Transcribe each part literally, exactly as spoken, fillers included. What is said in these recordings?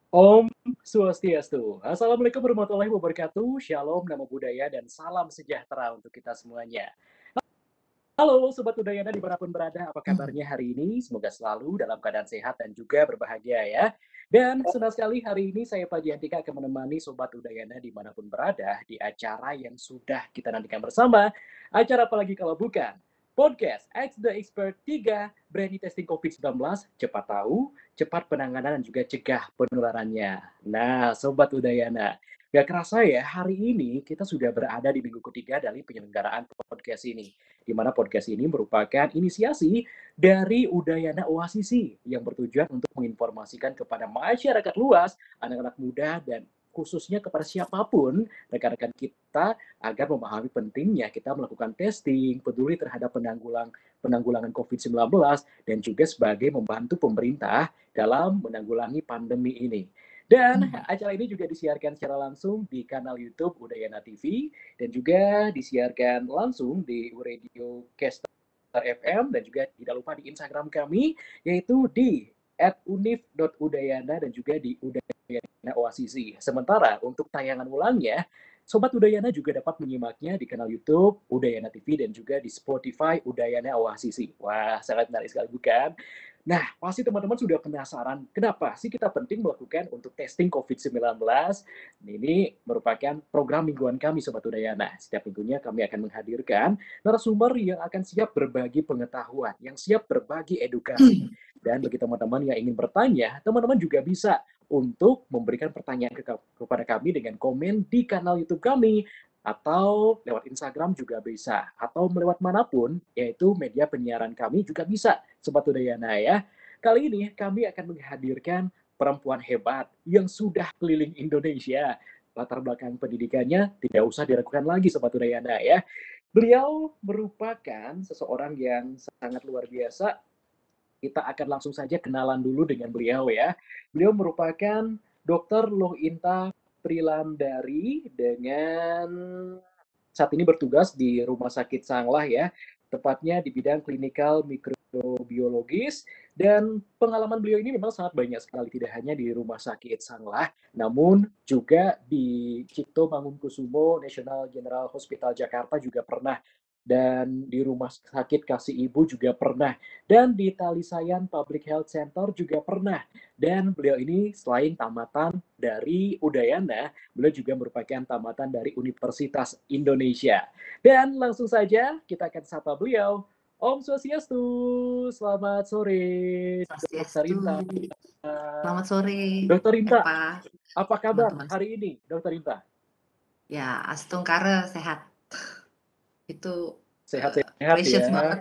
Om Swastiastu. Assalamualaikum warahmatullahi wabarakatuh. Shalom, namo buddhaya, dan salam sejahtera untuk kita semuanya. Halo Sobat Udayana dimanapun berada, apa Mhm. kabarnya hari ini? Semoga selalu dalam keadaan sehat dan juga berbahagia ya. Dan senang sekali hari ini saya Pak Jantika akan menemani Sobat Udayana dimanapun berada di acara yang sudah kita nantikan bersama. Acara apalagi kalau bukan Podcast Ask the Expert tiga, Berani Testing covid sembilan belas, cepat tahu, cepat penanganan dan juga cegah penularannya. Nah Sobat Udayana, gak kerasa ya, hari ini kita sudah berada di minggu ketiga dari penyelenggaraan podcast ini, di mana podcast ini merupakan inisiasi dari Udayana Oasisi yang bertujuan untuk menginformasikan kepada masyarakat luas, anak-anak muda, dan khususnya kepada siapapun rekan-rekan kita agar memahami pentingnya kita melakukan testing, peduli terhadap penanggulang penanggulangan covid sembilan belas, dan juga sebagai membantu pemerintah dalam menanggulangi pandemi ini. Dan Mhm. acara ini juga disiarkan secara langsung di kanal YouTube Udayana T V dan juga disiarkan langsung di Radio Caster F M dan juga tidak lupa di Instagram kami yaitu di et unif dot udayana dan juga di Udayana Oasisi. Sementara untuk tayangan ulangnya, Sobat Udayana juga dapat menyimaknya di kanal YouTube Udayana T V dan juga di Spotify Udayana Oasisi. Wah, sangat menarik sekali bukan? Nah, pasti teman-teman sudah penasaran, kenapa sih kita penting melakukan untuk testing covid sembilan belas? Ini merupakan program mingguan kami Sobat Udayana. Setiap minggunya kami akan menghadirkan narasumber yang akan siap berbagi pengetahuan, yang siap berbagi edukasi. Dan bagi teman-teman yang ingin bertanya, teman-teman juga bisa untuk memberikan pertanyaan ke, kepada kami dengan komen di kanal YouTube kami, atau lewat Instagram juga bisa, atau melewat manapun, yaitu media penyiaran kami juga bisa, Sobat Udayana ya. Kali ini kami akan menghadirkan perempuan hebat yang sudah keliling Indonesia. Latar belakang pendidikannya tidak usah diragukan lagi Sobat Udayana ya. Beliau merupakan seseorang yang sangat luar biasa. Kita akan langsung saja kenalan dulu dengan beliau ya. Beliau merupakan dokter Lohinta Prilandari dengan saat ini bertugas di Rumah Sakit Sanglah ya, tepatnya di bidang klinikal mikrobiologis, dan pengalaman beliau ini memang sangat banyak sekali, tidak hanya di Rumah Sakit Sanglah, namun juga di Cipto Mangunkusumo National General Hospital Jakarta juga pernah, dan di Rumah Sakit Kasih Ibu juga pernah, dan di Talisayan Public Health Center juga pernah. Dan beliau ini selain tamatan dari Udayana, beliau juga merupakan tamatan dari Universitas Indonesia. Dan langsung saja kita akan sapa beliau. Om Swastiastu, selamat sore, Dokter Swastiastu. Inta. Selamat sore, Dokter Inta, Eva, apa kabar teman-teman. hari ini, Dokter Inta? Ya, Astungkara sehat. Itu uh, Sehat-sehat precious ya. banget.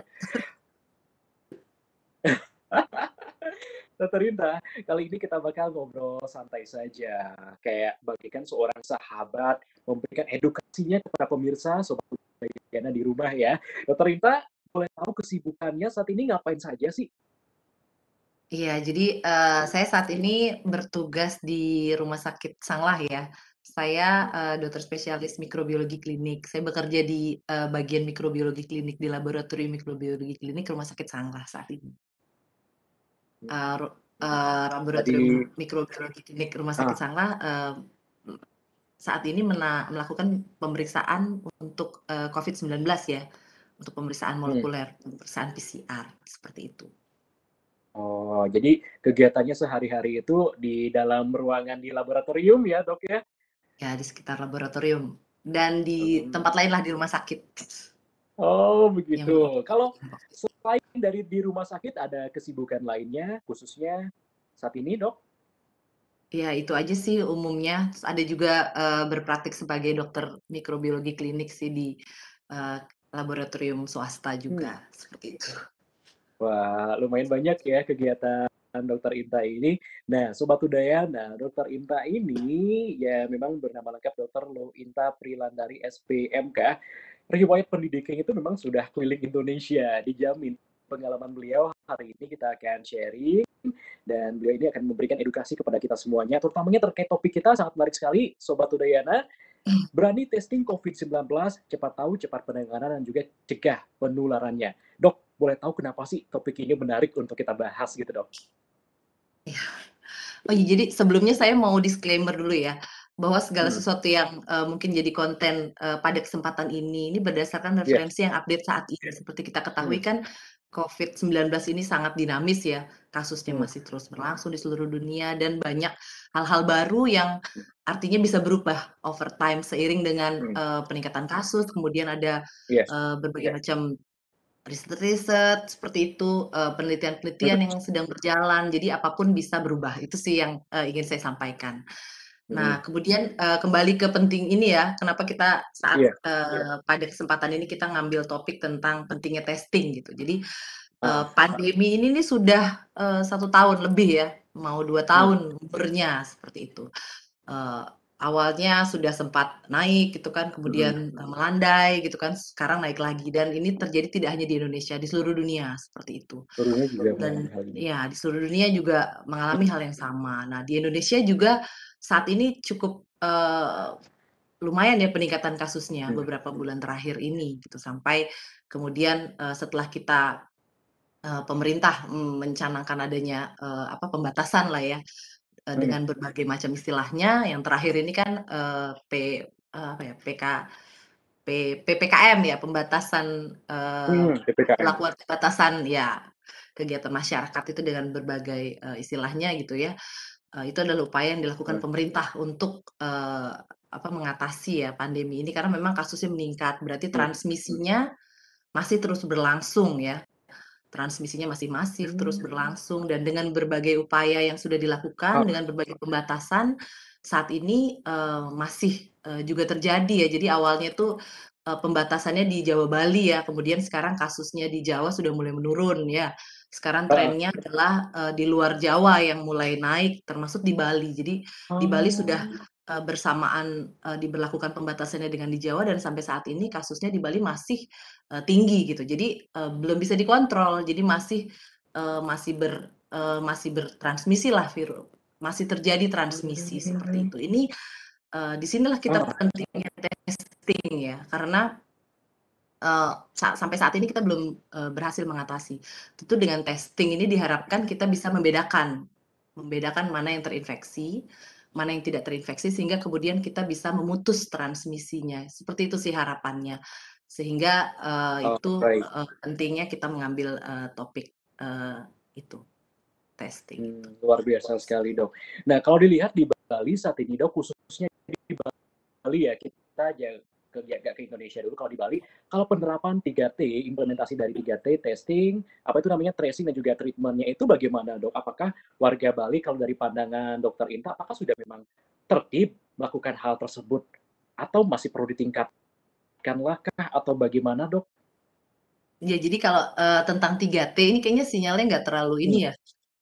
Dokter Inta, kali ini kita bakal ngobrol santai saja. Kayak bagikan seorang sahabat, memberikan edukasinya kepada pemirsa, sobat Udayana di rumah ya. Dokter Inta, boleh tahu kesibukannya saat ini ngapain saja sih? Iya, jadi uh, saya saat ini bertugas di Rumah Sakit Sanglah ya. Saya uh, dokter spesialis mikrobiologi klinik. Saya bekerja di uh, bagian mikrobiologi klinik di laboratorium mikrobiologi klinik Rumah Sakit Sanglah saat ini. Uh, uh, Tadi, laboratorium mikrobiologi klinik Rumah Sakit ah, Sanglah uh, saat ini mena melakukan pemeriksaan untuk uh, covid sembilan belas ya, untuk pemeriksaan hmm. molekuler, pemeriksaan P C R, seperti itu. Oh, jadi kegiatannya sehari-hari itu di dalam ruangan di laboratorium ya, dok ya? Ya, di sekitar laboratorium dan di tempat Hmm. lain lah di rumah sakit. Oh, Yang memang begitu. Kalau selain dari di rumah sakit, ada kesibukan lainnya, khususnya saat ini, dok? ya itu aja sih umumnya. Terus ada juga uh, berpraktik sebagai dokter mikrobiologi klinik sih di uh, laboratorium swasta Hmm. juga, seperti itu. Wah, lumayan banyak ya kegiatan Dokter Inta ini. Nah, Sobat Udayana, Dokter Inta ini ya memang bernama lengkap Dokter Lo Inta Prilandari S P M K. Riwayat pendidikannya itu memang sudah keliling Indonesia, dijamin. Pengalaman beliau hari ini kita akan sharing dan beliau ini akan memberikan edukasi kepada kita semuanya, terutamanya terkait topik kita sangat menarik sekali, Sobat Udayana. Berani testing covid sembilan belas, cepat tahu, cepat penanganan, dan juga cegah penularannya. Dok, boleh tahu kenapa sih topik ini menarik untuk kita bahas gitu, dok? Ya. Oh iya, jadi sebelumnya saya mau disclaimer dulu ya, bahwa segala Hmm. sesuatu yang, eee, mungkin jadi konten, eee, pada kesempatan ini, ini berdasarkan Iya. referensi yang update saat ini. Seperti kita Hmm. ketahui kan covid sembilan belas ini sangat dinamis ya, kasusnya Hmm. masih terus berlangsung di seluruh dunia dan banyak hal-hal baru yang artinya bisa berubah over time seiring dengan, Hmm. eee, peningkatan kasus, kemudian ada, Yes. eee, berbagai macam riset-riset seperti itu, eee, penelitian-penelitian yang sedang berjalan, jadi apapun bisa berubah, itu sih yang, eee, ingin saya sampaikan. Hmm. Nah, kemudian, eee, kembali ke penting ini ya, kenapa kita saat, Iya. eee, pada kesempatan ini kita ngambil topik tentang pentingnya testing gitu. Jadi, eee, Ah. pandemi ini nih sudah, eee, satu tahun lebih ya, mau dua Hmm. tahun umurnya, seperti itu. Eee, awalnya sudah sempat naik gitu kan, Hmm. kemudian, eee, melandai gitu kan, sekarang naik lagi dan ini terjadi tidak hanya di Indonesia, di seluruh dunia, seperti itu. Gurunya juga Dan mengalami hal ini. ya di seluruh dunia juga mengalami hal yang sama. Nah, di Indonesia juga saat ini cukup, eee, lumayan ya peningkatan kasusnya Hmm. beberapa bulan terakhir ini gitu, sampai kemudian, eee, setelah kita, eee, pemerintah, mmm, mencanangkan adanya, eee, apa, pembatasan lah ya, eee, Hmm. dengan berbagai macam istilahnya, yang terakhir ini kan, eee, P eee, apa ya, PK P PPKM ya, pembatasan, eee, Hmm, P P K M. pemberlakuan pembatasan ya, kegiatan masyarakat itu dengan berbagai, eee, istilahnya gitu ya. Eee, itu adalah upaya yang dilakukan Hmm. pemerintah untuk, eee, apa, mengatasi ya pandemi ini karena memang kasusnya meningkat, berarti Hmm. transmisinya masih terus berlangsung ya. Transmisinya masih masif, terus Hmm. berlangsung dan dengan berbagai upaya yang sudah dilakukan, Ah. dengan berbagai pembatasan, saat ini, eee, masih, eee, juga terjadi ya. Jadi awalnya tuh, eee, pembatasannya di Jawa, Bali ya, kemudian sekarang kasusnya di Jawa sudah mulai menurun ya. Sekarang Heeh. trennya adalah, eee, di luar Jawa yang mulai naik, termasuk di Bali. Jadi di Bali sudah, Oh. eee, bersamaan, eee, diberlakukan pembatasannya dengan di Jawa dan sampai saat ini kasusnya di Bali masih, eee, tinggi gitu. Jadi, eee, belum bisa dikontrol, jadi masih, eee, masih ber eee, masih bertransmisi lah viru masih terjadi transmisi seperti Hmm. itu. Ini, eee, di sinilah kita Ah. pentingnya testing ya, karena, eee, sa sampai saat ini kita belum, eee, berhasil mengatasi. Tentu dengan testing ini diharapkan kita bisa membedakan, membedakan mana yang terinfeksi, mana yang tidak terinfeksi, sehingga kemudian kita bisa memutus transmisinya. Seperti itu sih harapannya. Sehingga, eee, Oh, itu, baik. eee, pentingnya kita mengambil, eee, topik, eee, itu, testing itu. Hmm, luar biasa sekali, Dok. Nah, kalau dilihat di Bali saat ini, Dok, khususnya di Bali ya, kita aja ke nggak ke Indonesia dulu, kalau di Bali, kalau penerapan tiga T, implementasi dari tiga T, testing, apa itu namanya, tracing dan juga treatment-nya itu bagaimana, Dok? Apakah warga Bali kalau dari pandangan Dokter Inta, apakah sudah memang tertib melakukan hal tersebut? Atau masih perlu ditingkatkan lah kah? Atau bagaimana, Dok? Ya, jadi kalau, eee, tentang tiga T ini kayaknya sinyalnya nggak terlalu ini Hmm. ya,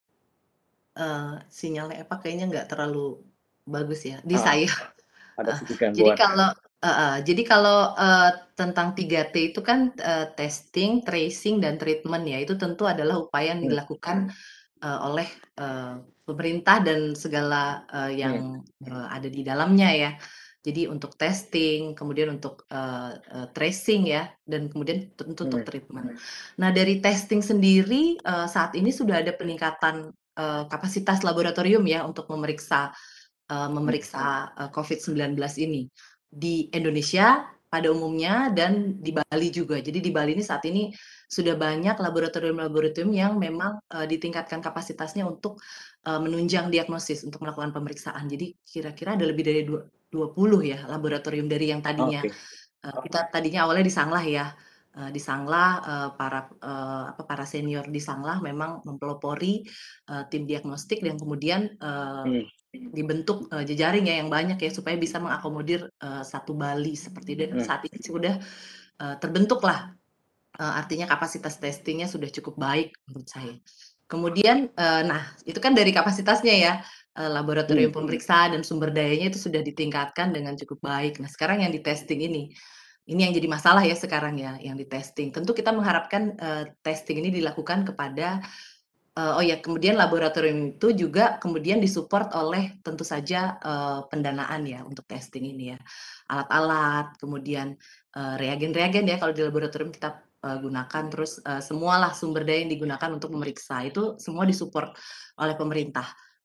eee, sinyalnya apa, kayaknya nggak terlalu bagus ya, di Heeh, saya. ada Heeh, sedikit jadi gangguan. kalau heeh, jadi kalau, eee, tentang tiga T itu kan, eee, testing, tracing, dan treatment ya, itu tentu adalah upaya yang Hmm. dilakukan, eee, oleh, eee, pemerintah dan segala, eee, Hmm. yang, eee, ada di dalamnya ya. Jadi untuk testing, kemudian untuk, eee eee, tracing ya, dan kemudian tentu untuk Hmm. treatment. Nah, dari testing sendiri, eee, saat ini sudah ada peningkatan, eee, kapasitas laboratorium ya untuk memeriksa, eee, Hmm. memeriksa, eee, covid sembilan belas ini. Di Indonesia pada umumnya dan di Bali juga. Jadi di Bali ini saat ini sudah banyak laboratorium-laboratorium yang memang, eee, ditingkatkan kapasitasnya untuk, eee, menunjang diagnosis, untuk melakukan pemeriksaan. Jadi kira-kira ada lebih dari dua dua puluh ya laboratorium dari yang tadinya, Oke. eee, kita tadinya awalnya di Sanglah ya, eee, di Sanglah, eee, para, eee, apa, para senior di Sanglah memang mempelopori, eee, tim diagnostik dan kemudian, eee, Hmm. dibentuk, eee, jejaring ya yang banyak ya, supaya bisa mengakomodir, eee, satu Bali seperti itu dan Hmm. saat ini sudah, eee, terbentuklah, eee, artinya kapasitas testing-nya sudah cukup baik menurut saya. Kemudian, eee, nah itu kan dari kapasitasnya ya, eee, Hmm. laboratorium pemeriksaan dan sumber dayanya itu sudah ditingkatkan dengan cukup baik. Nah, sekarang yang di-testing ini, ini yang jadi masalah ya sekarang ya, yang di-testing. Tentu kita mengharapkan, eee, testing ini dilakukan kepada eee, oh ya, kemudian laboratorium itu juga kemudian di-support oleh tentu saja, eee, pendanaan ya untuk testing ini ya. Alat-alat, kemudian, eee, reagen-reagen ya kalau di laboratorium kita, eee, gunakan, terus, eee, semualah sumber daya yang digunakan untuk memeriksa, itu semua di-support oleh pemerintah.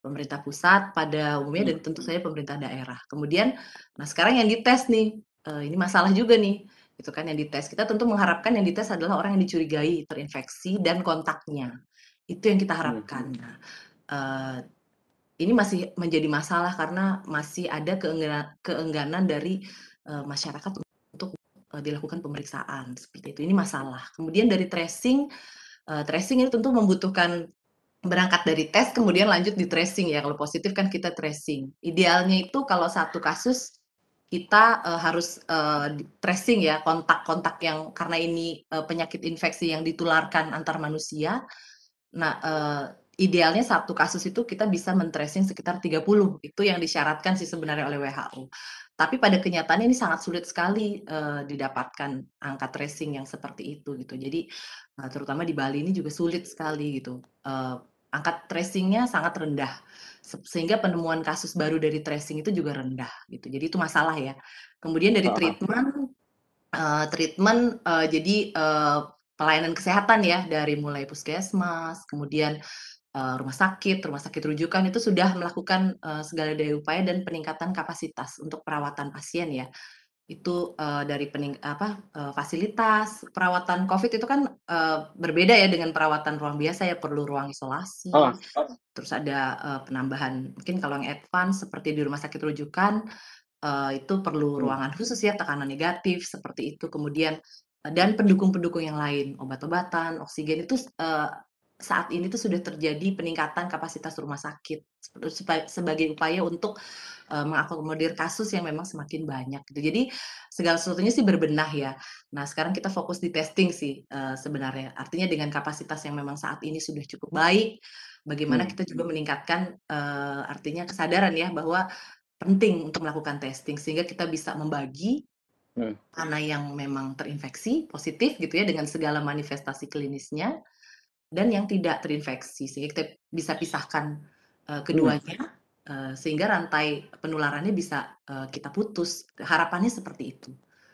pemerintah pusat pada umumnya Hmm. dan tentu saja pemerintah daerah. Kemudian, nah sekarang yang dites nih, eee, ini masalah juga nih, gitu kan yang dites. Kita tentu mengharapkan yang dites adalah orang yang dicurigai terinfeksi dan kontaknya. Itu yang kita Hmm. harapkan. Nah, eee, ini masih menjadi masalah karena masih ada keengganan keengganan dari, eee, masyarakat untuk, eee, dilakukan pemeriksaan, seperti itu. Ini masalah. Kemudian dari tracing, eee, tracing ini tentu membutuhkan berangkat dari tes kemudian lanjut di tracing ya, kalau positif kan kita tracing. Idealnya itu kalau satu kasus kita, eee, harus, eee, di tracing ya kontak-kontak yang karena ini, eee, penyakit infeksi yang ditularkan antar manusia. Nah, eee, idealnya satu kasus itu kita bisa men-tracing sekitar tiga puluh, itu yang disyaratkan sih sebenarnya oleh W H O. Tapi pada kenyataannya ini sangat sulit sekali, eee, didapatkan angka tracing yang seperti itu gitu. Jadi, eee, terutama di Bali ini juga sulit sekali gitu, eee, angka tracing-nya sangat rendah, sep sehingga penemuan kasus baru dari tracing itu juga rendah gitu. Jadi itu masalah ya. Kemudian dari Heeh. treatment, eee, treatment, eee, jadi, eee, pelayanan kesehatan ya dari mulai puskesmas, kemudian, eee, rumah sakit, rumah sakit rujukan itu sudah melakukan, eee, segala daya upaya dan peningkatan kapasitas untuk perawatan pasien ya. Itu, eee, dari pening apa, eee, fasilitas perawatan Covid itu kan, eee, berbeda ya dengan perawatan ruang biasa ya, perlu ruang Heeh. isolasi, terus ada, eee, penambahan mungkin kalau yang advance seperti di rumah sakit rujukan, eee, itu perlu Hmm. ruangan khusus ya, tekanan negatif seperti itu. Kemudian, eee, dan pendukung-pendukung yang lain, obat-obatan, oksigen itu, eee, saat ini tuh sudah terjadi peningkatan kapasitas rumah sakit sepe sepa sebagai upaya untuk, eee, mengakomodir kasus yang memang semakin banyak gitu. Jadi segala sesuatunya sih berbenah ya. Nah sekarang kita fokus di testing sih, eee, sebenarnya. Artinya dengan kapasitas yang memang saat ini sudah cukup baik, bagaimana Hmm. kita juga meningkatkan, eee, artinya kesadaran ya bahwa penting untuk melakukan testing sehingga kita bisa membagi Hmm. mana yang memang terinfeksi positif gitu ya dengan segala manifestasi klinisnya, dan yang tidak terinfeksi sehingga kita bisa pisahkan, eee, Hmm. keduanya, eee, sehingga rantai penularannya bisa, eee, kita putus. Harapannya seperti itu.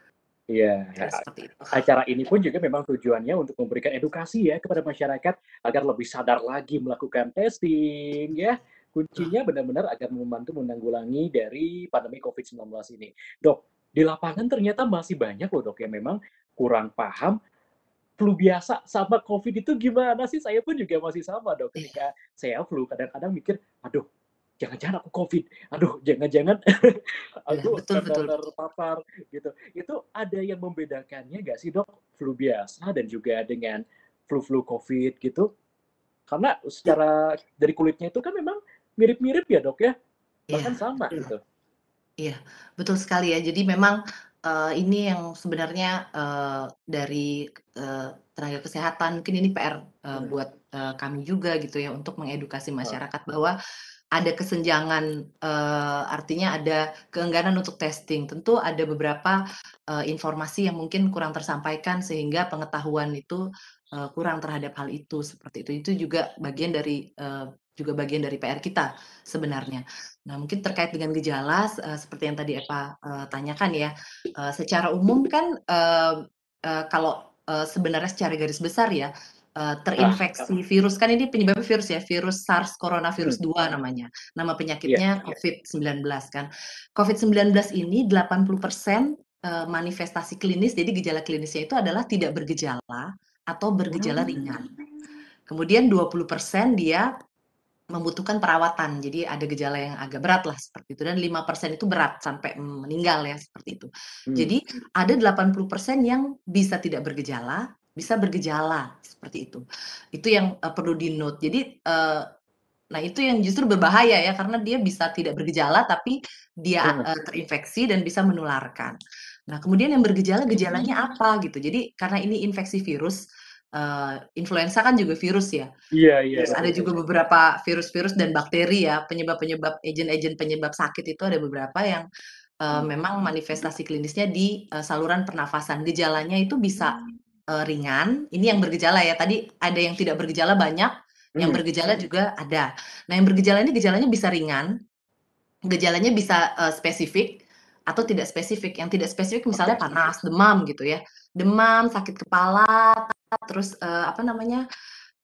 Iya, Kira seperti itu. acara ini pun juga memang tujuannya untuk memberikan edukasi ya kepada masyarakat agar lebih sadar lagi melakukan testing ya. Betul. Kuncinya benar-benar agar membantu menanggulangi dari pandemi Covid sembilan belas ini. Dok, di lapangan ternyata masih banyak loh Dok yang memang kurang paham flu biasa sama Covid itu gimana sih? Saya pun juga masih sama Dok, Iya. ketika saya flu kadang-kadang mikir, "Aduh, jangan-jangan aku Covid, aduh jangan-jangan Iya, aku betul kena betul betul. terpapar," gitu. Itu ada yang membedakannya nggak sih Dok, flu biasa dan juga dengan flu-flu Covid gitu? Karena secara dari kulitnya itu kan memang mirip-mirip ya Dok ya? Iya, Bahkan sama betul. gitu. Iya, betul sekali ya. Jadi memang, eee, ini yang sebenarnya, eee, dari, eee, tenaga kesehatan mungkin ini P R, eee, Mhm. buat, eee, kami juga gitu ya untuk mengedukasi Heeh. masyarakat bahwa ada kesenjangan, eee, artinya ada keengganan untuk testing. Tentu ada beberapa, eee, informasi yang mungkin kurang tersampaikan sehingga pengetahuan itu, eee, kurang terhadap hal itu, seperti itu. Itu juga bagian dari, eee, juga bagian dari P R kita sebenarnya. Nah mungkin terkait dengan gejala, eee, seperti yang tadi Eva, eee, tanyakan ya, eee, secara umum kan, eee eee, kalau, eee, sebenarnya secara garis besar ya, eee, Ah. terinfeksi virus kan ini penyebabnya virus ya, virus SARS Mhm. coronavirus dua namanya. Nama Iya. penyakitnya Covid sembilan belas kan. Covid sembilan belas ini delapan puluh persen, eee, manifestasi klinis, jadi gejala klinisnya itu adalah tidak bergejala atau bergejala ringan. Mmm. Kemudian dua puluh persen dia membutuhkan perawatan, jadi ada gejala yang agak berat lah seperti itu, dan lima persen itu berat sampai meninggal ya, seperti itu. Mmm. Jadi ada delapan puluh persen yang bisa tidak bergejala, bisa bergejala, seperti itu. Itu yang, eee, perlu di-note. Jadi, eee, nah itu yang justru berbahaya ya, karena dia bisa tidak bergejala, tapi dia, Mhm. eee, terinfeksi dan bisa menularkan. Nah kemudian yang bergejala, gejalanya apa gitu. Jadi karena ini infeksi virus, eee, influenza kan juga virus ya. Iya iya, Terus ada betul juga betul. beberapa virus-virus dan bakteri ya, penyebab-penyebab agen-agen penyebab sakit itu ada beberapa yang, eee, Mmm. memang manifestasi klinisnya di, eee, saluran pernafasan. Gejalanya itu bisa, eee, ringan, ini yang bergejala ya, tadi ada yang tidak bergejala banyak, yang Mmm. bergejala juga ada. Nah yang bergejala ini gejalanya bisa ringan, gejalanya bisa, eee, spesifik atau tidak spesifik. Yang tidak spesifik misalnya Oke. panas, demam gitu ya, demam, sakit kepala, terus, eee, apa namanya,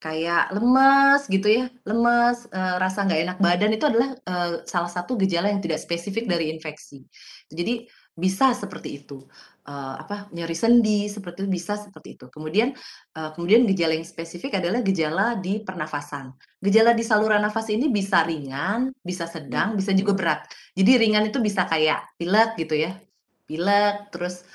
kayak lemes gitu ya, lemes, eee, rasa nggak enak badan itu adalah, eee, salah satu gejala yang tidak spesifik dari infeksi. Jadi bisa seperti itu, eee, apa, nyeri sendi seperti itu, bisa seperti itu. Kemudian, eee, kemudian gejala yang spesifik adalah gejala di pernafasan. Gejala di saluran nafas ini bisa ringan, bisa Hmm. sedang, bisa juga berat. Jadi ringan itu bisa kayak pilek gitu ya, pilek, terus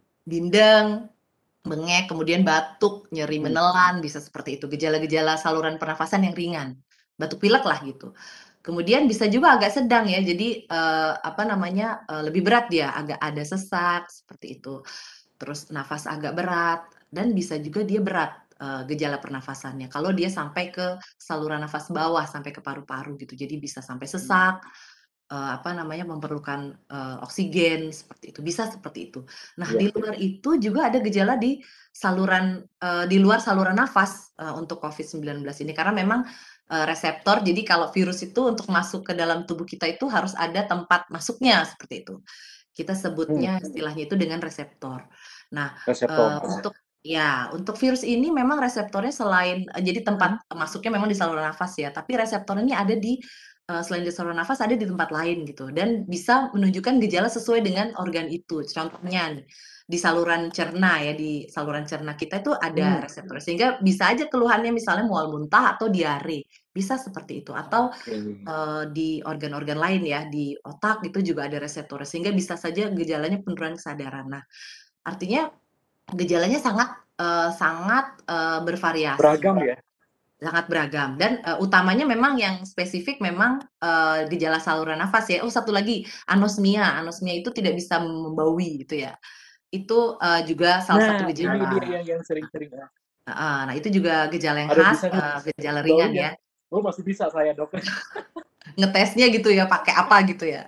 bindeng, bengek, kemudian batuk, nyeri Hmm. menelan, bisa seperti itu. Gejala-gejala saluran pernafasan yang ringan, batuk pilek lah gitu. Kemudian bisa juga agak sedang ya, jadi, eee, apa namanya, eee, lebih berat dia, agak ada sesak, seperti itu. Terus nafas agak berat, dan bisa juga dia berat, eee, gejala pernafasannya, kalau dia sampai ke saluran nafas bawah, sampai ke paru-paru gitu. Jadi bisa sampai sesak, eee, apa namanya, memerlukan, eee, oksigen, seperti itu, bisa seperti itu. Nah, Iya. di luar itu juga ada gejala di saluran eee, di luar saluran nafas, eee, untuk covid sembilan belas ini. Karena memang, eee, reseptor, jadi kalau virus itu untuk masuk ke dalam tubuh kita itu harus ada tempat masuknya, seperti itu. Kita Hmm. sebutnya istilahnya itu dengan reseptor. Nah, eee, Reseptor. untuk ya, untuk virus ini memang reseptornya selain eee, jadi tempat masuknya memang di saluran nafas ya, tapi reseptor ini ada di eee, selain di saluran nafas ada di tempat lain gitu, dan bisa menunjukkan gejala sesuai dengan organ itu. Contohnya nih, di saluran cerna ya, di saluran cerna kita itu ada Hmm. reseptor, sehingga bisa aja keluhannya misalnya mual muntah atau diare, bisa seperti itu. Atau, Oke. eee, di organ-organ lain ya, di otak itu juga ada reseptor, sehingga bisa saja gejalanya penurunan kesadaran. Nah, artinya gejalanya sangat, eee, sangat, eee, bervariasi, Beragam ya? sangat beragam dan, eee, utamanya memang yang spesifik memang, eee, gejala saluran nafas ya. Oh, satu lagi, anosmia. Anosmia itu tidak bisa membaui gitu ya. Itu, eee, juga salah satu Nah, ini dia gejala. yang yang sering-sering, ah. Heeh, nah itu juga gejala yang Ada khas, bisa eee, gejala ringan ngebaunya. ya. Oh, masih bisa saya, Dok. Ngetesnya gitu ya, pakai apa gitu ya.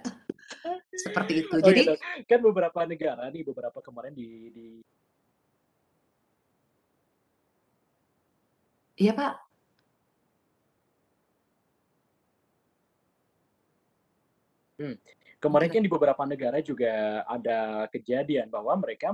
Seperti itu. Oke, Jadi Dok. Kan beberapa negara nih, beberapa kemarin di di Iya, Pak. Mmm, Mungkin kemarin ad kan di beberapa negara juga ada kejadian bahwa mereka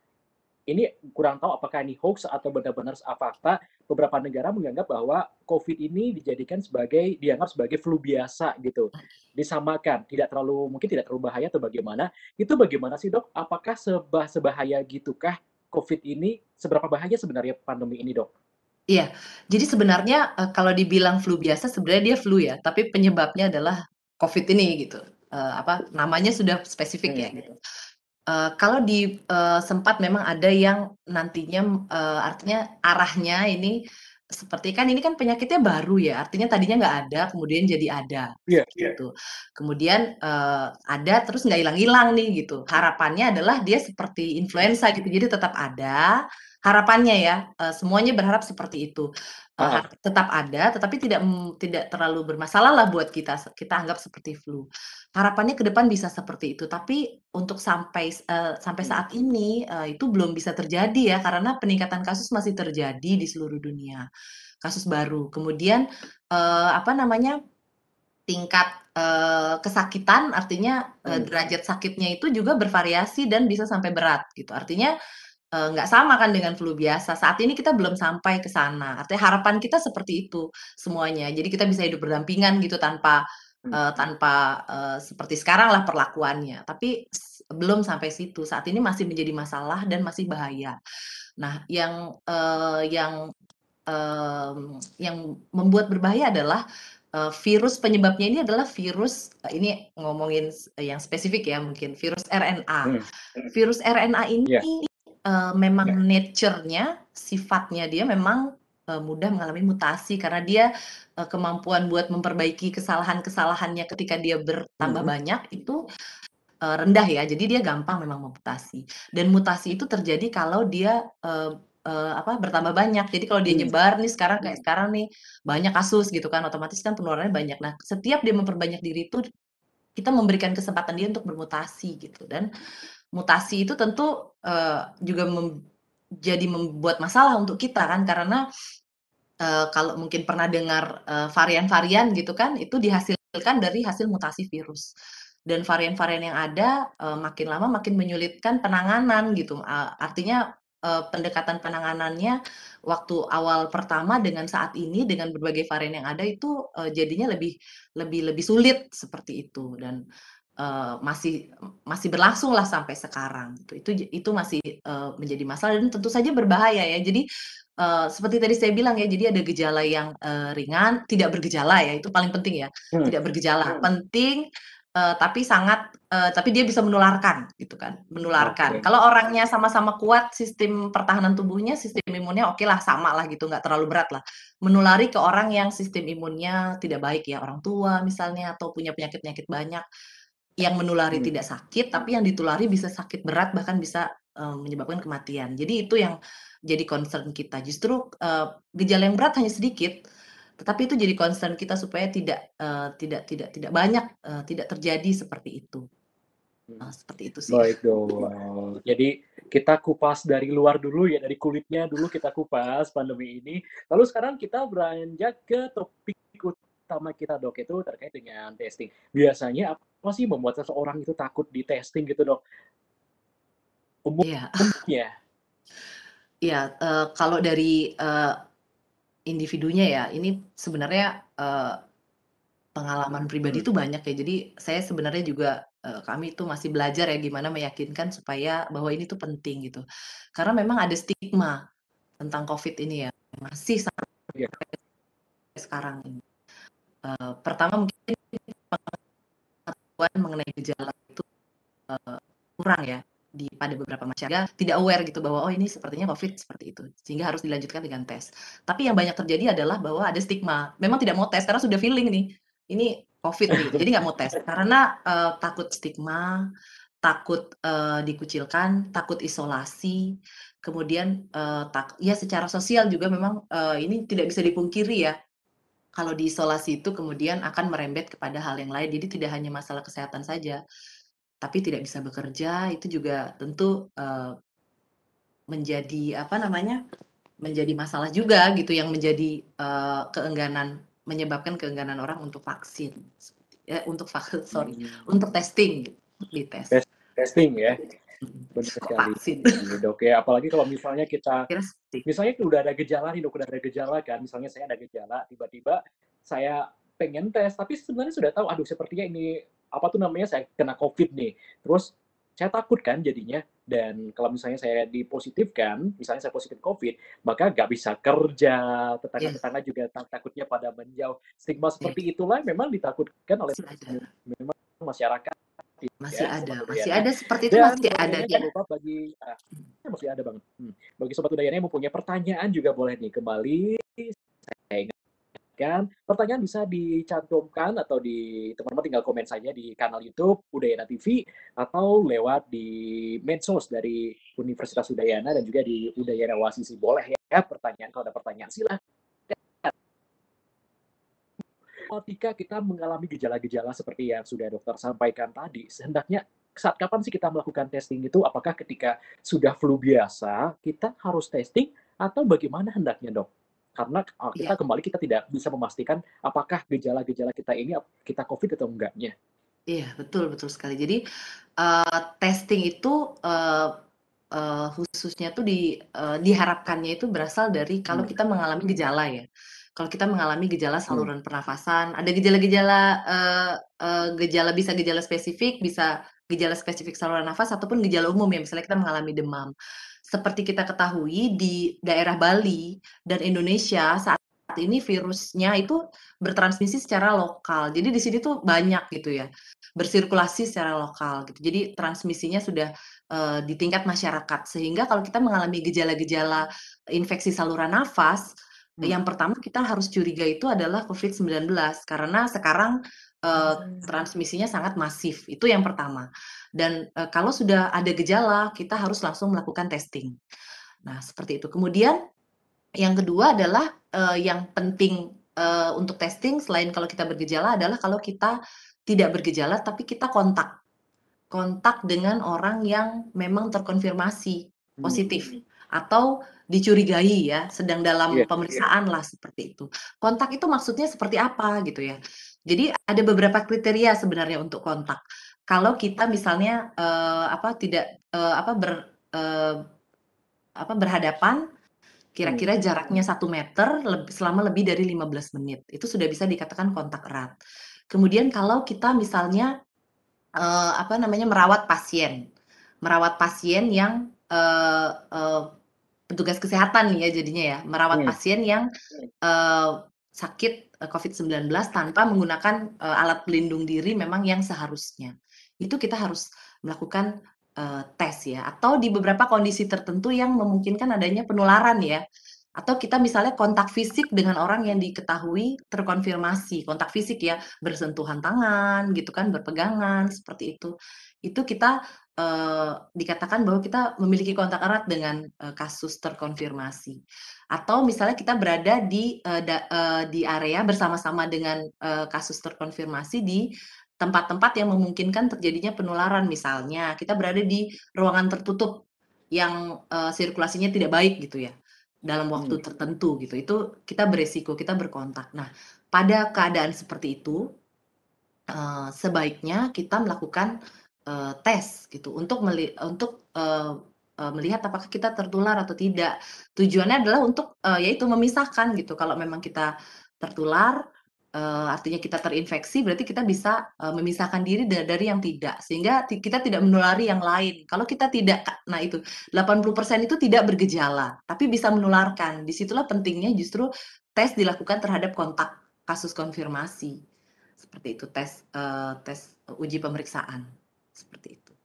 ini kurang tahu apakah ini hoaks atau benar-benar s a fakta, beberapa negara menganggap bahwa Covid ini dijadikan sebagai dianggap sebagai flu biasa gitu, disamakan, tidak terlalu mungkin tidak terlalu bahaya atau bagaimana. Itu bagaimana sih, Dok? Apakah seba sebahaya gitukah Covid ini? Seberapa bahaya sebenarnya pandemi ini, Dok? Iya. Jadi sebenarnya, eee, kalau dibilang flu biasa sebenarnya dia flu ya, tapi penyebabnya adalah Covid ini gitu, eee, apa, namanya sudah spesifik ya Mhm. gitu. Eee, kalau di eee, sempat memang ada yang nantinya, eee, artinya arahnya ini seperti kan ini kan penyakitnya baru ya, artinya tadinya nggak ada, kemudian jadi ada, Iya seperti iya. itu. Kemudian, eee, ada terus nggak hilang-hilang nih gitu. Harapannya adalah dia seperti influenza gitu, jadi tetap ada, harapannya ya, eee, semuanya berharap seperti itu. Eee, Heeh. har tetap ada, tetapi tidak, mmm, tidak terlalu bermasalah lah buat kita, se kita anggap seperti flu. Harapannya ke depan bisa seperti itu, tapi untuk sampai s eee, sampai Mmm. saat ini, eee, itu belum bisa terjadi ya, karena peningkatan kasus masih terjadi di seluruh dunia, kasus baru. Kemudian, eee, apa namanya, tingkat, eee, kesakitan artinya, eee, Mmm. derajat sakitnya itu juga bervariasi dan bisa sampai berat gitu. Artinya, eee, nggak sama kan dengan flu biasa, saat ini kita belum sampai ke sana, artinya harapan kita seperti itu semuanya. Jadi kita bisa hidup berdampingan gitu tanpa, Mmm. eee, tanpa, eee, seperti sekarang lah perlakuannya, tapi s belum sampai situ, saat ini masih menjadi masalah dan masih bahaya. Nah, yang, eee, yang, mmm, yang membuat berbahaya adalah, eee, virus penyebabnya ini adalah virus eee, ini ngomongin s yang spesifik ya mungkin, virus RNA. Mmm. Virus RNA ini, Iya. eee, memang nature-nya, sifatnya dia memang, eee, mudah mengalami mutasi karena dia, eee, kemampuan buat memperbaiki kesalahan-kesalahannya ketika dia bertambah Mhm. banyak itu, eee, rendah ya, jadi dia gampang memang memutasi. Dan mutasi itu terjadi kalau dia, eee eee, apa, bertambah banyak. Jadi kalau dia Mmm. nyebar nih sekarang kayak sekarang nih, banyak kasus gitu kan, otomatis kan penularannya banyak. Nah, setiap dia memperbanyak diri itu, kita memberikan kesempatan dia untuk bermutasi gitu, dan mutasi itu tentu, eee, juga mem jadi membuat masalah untuk kita kan, karena, eee, kalau mungkin pernah dengar, eee, varian-varian gitu kan, itu dihasilkan dari hasil mutasi virus. Dan varian-varian yang ada, eee, makin lama makin menyulitkan penanganan gitu, eee, artinya eee, pendekatan penanganannya waktu awal pertama dengan saat ini, dengan berbagai varian yang ada itu, eee, jadinya lebih lebih lebih sulit seperti itu dan, eee, masih masih berlangsunglah sampai sekarang gitu. Itu j itu masih, eee, menjadi masalah dan tentu saja berbahaya ya. Jadi, eee, seperti tadi saya bilang ya, jadi ada gejala yang, eee, ringan, tidak bergejala ya, itu paling penting ya, Hmm. tidak bergejala. Penting, eee, tapi sangat eee, tapi dia bisa menularkan gitu kan, menularkan. Oke. Kalau orangnya sama-sama kuat sistem pertahanan tubuhnya, sistem imunnya okelah, samalah gitu, nggak terlalu berat lah. Menulari ke orang yang sistem imunnya tidak baik ya, orang tua misalnya atau punya penyakit-penyakit banyak, yang menulari Hmm. tidak sakit, tapi yang ditulari bisa sakit berat bahkan bisa, eee, menyebabkan kematian. Jadi itu yang jadi concern kita. Justru, eee, gejala yang berat hanya sedikit, tetapi itu jadi concern kita supaya tidak, eee, tidak tidak tidak banyak, eee, tidak terjadi seperti itu. Hmm. Eee, seperti itu sih. Baik dong. Jadi kita kupas dari luar dulu ya, dari kulitnya dulu kita kupas pandemi ini. Lalu sekarang kita beranjak ke topik utama kita, Dok, itu terkait dengan testing. Biasanya apa sih membuat seseorang itu takut di testing gitu, Dok? Iya. Umumnya. Iya, eee, kalau dari, eee, individunya ya, ini sebenarnya, eee, pengalaman pribadi Hmm. itu banyak ya. Jadi saya sebenarnya juga, eee, kami itu masih belajar ya gimana meyakinkan supaya bahwa ini tuh penting gitu. Karena memang ada stigma tentang Covid ini ya, masih sampai Iya. sekarang ini. Eee, pertama mungkin pengetahuan mengenai gejala itu, eee, kurang ya, di pada beberapa masyarakat tidak aware gitu bahwa, "Oh ini sepertinya Covid seperti itu," sehingga harus dilanjutkan dengan tes. Tapi yang banyak terjadi adalah bahwa ada stigma, memang tidak mau tes karena sudah feeling nih, ini Covid nih gitu, jadi nggak mau tes karena, eee, takut stigma, takut, eee, dikucilkan, takut isolasi, kemudian, eee, tak ya secara sosial juga memang, eee, ini tidak bisa dipungkiri ya, kalau diisolasi itu kemudian akan merembet kepada hal yang lain. Jadi tidak hanya masalah kesehatan saja, tapi tidak bisa bekerja itu juga tentu, eee menjadi apa namanya, menjadi masalah juga gitu yang menjadi, eee, keengganan menyebabkan keengganan orang untuk vaksin, seperti eh, untuk vak sorry, Hmm. untuk testing, dites. Tes testing ya, Mhm, benar kok sekali, vaksin? Dok, ya. Apalagi kalau misalnya kita Kira sih. misalnya udah ada gejala nih, Dok, udah ada gejala kan, misalnya saya ada gejala, tiba-tiba saya pengen tes, tapi sebenarnya sudah tahu, aduh sepertinya ini, apa tuh namanya, saya kena Covid nih. Terus saya takut kan jadinya, dan kalau misalnya saya dipositifkan, misalnya saya positif Covid, maka nggak bisa kerja, Iya, tetangga-tetangga juga ta takutnya pada menjauh. Stigma iya, seperti itulah memang ditakutkan oleh masih ada memang masyarakat masih ya, ada Sobat masih Udayana. ada seperti itu Dan masih Sobat ada Udayana dan jangan lupa bagi ah, masih ada banget, hmm, bagi Sobat Udayana yang mempunyai pertanyaan juga boleh nih kembali saya ingatkan, pertanyaan bisa dicantumkan atau di teman-teman tinggal komen saja di kanal YouTube Udayana T V atau lewat di medsos dari Universitas Udayana dan juga di Udayana Wasisi. Boleh ya pertanyaan, kalau ada pertanyaan silahkan. Ketika kita mengalami gejala-gejala seperti yang sudah dokter sampaikan tadi, sehendaknya saat kapan sih kita melakukan testing itu? Apakah ketika sudah flu biasa, kita harus testing atau bagaimana hendaknya, Dok? Karena uh, iya kita kembali kita tidak bisa memastikan apakah gejala-gejala kita ini kita Covid atau enggaknya. iya, betul betul sekali. Jadi, eee, testing itu, eee eee, khususnya tuh di eee, diharapkannya itu berasal dari kalau Hmm. kita mengalami gejala ya. Kalau kita mengalami gejala Hmm. saluran pernafasan, ada gejala-gejala, eee eee, gejala bisa gejala spesifik, bisa gejala spesifik saluran nafas ataupun gejala umum ya, misalnya kita mengalami demam. Seperti kita ketahui di daerah Bali dan Indonesia saat ini virusnya itu bertransmisi secara lokal. Jadi di sini tuh banyak gitu ya, bersirkulasi secara lokal gitu. Jadi transmisinya sudah, eee, di tingkat masyarakat. Sehingga kalau kita mengalami gejala-gejala infeksi saluran nafas, Hmm. yang pertama kita harus curiga itu adalah Covid sembilan belas karena sekarang, eee, transmisinya sangat masif, itu yang pertama. Dan, eee, kalau sudah ada gejala, kita harus langsung melakukan testing. Nah, seperti itu. Kemudian yang kedua adalah, eee, yang penting, eee, untuk testing selain kalau kita bergejala adalah kalau kita tidak bergejala tapi kita kontak. Kontak dengan orang yang memang terkonfirmasi Hmm. positif atau dicurigai ya, sedang Iya. dalam pemeriksaan lah seperti itu. Kontak itu maksudnya seperti apa gitu ya. Jadi ada beberapa kriteria sebenarnya untuk kontak. Kalau kita misalnya, eee, apa tidak, eee, apa ber eee apa, berhadapan, Hmm. kira-kira jaraknya satu meter leb selama lebih dari lima belas menit. Itu sudah bisa dikatakan kontak erat. Kemudian kalau kita misalnya, eee, apa namanya, merawat pasien. Merawat pasien yang, eee eee, petugas kesehatan nih ya jadinya ya, merawat Hmm. pasien yang, eee, sakit, eee, covid sembilan belas tanpa menggunakan, eee, alat pelindung diri memang yang seharusnya. Itu kita harus melakukan, eee, tes ya, atau di beberapa kondisi tertentu yang memungkinkan adanya penularan ya, atau kita misalnya kontak fisik dengan orang yang diketahui terkonfirmasi, kontak fisik ya, bersentuhan tangan gitu kan, berpegangan, seperti itu. Itu kita, eee, dikatakan bahwa kita memiliki kontak erat dengan, eee, kasus terkonfirmasi. Atau misalnya kita berada di, eee, da eee, di area bersama-sama dengan, eee, kasus terkonfirmasi di tempat-tempat yang memungkinkan terjadinya penularan. Misalnya kita berada di ruangan tertutup yang, eee, sirkulasinya tidak baik gitu ya, dalam Hmm. waktu tertentu gitu, itu kita beresiko, kita berkontak. Nah, pada keadaan seperti itu, eee, sebaiknya kita melakukan, eee, tes gitu untuk meli untuk, eee eee, melihat apakah kita tertular atau tidak. Tujuannya adalah untuk, eee, yaitu memisahkan gitu, kalau memang kita tertular, eee, artinya kita terinfeksi, berarti kita bisa, eee, memisahkan diri da dari yang tidak, sehingga ti kita tidak menulari yang lain. Kalau kita tidak ka nah itu, delapan puluh persen itu tidak bergejala, tapi bisa menularkan. Di situlah pentingnya justru tes dilakukan terhadap kontak kasus konfirmasi. Seperti itu, tes, eee, tes uji pemeriksaan, seperti itu.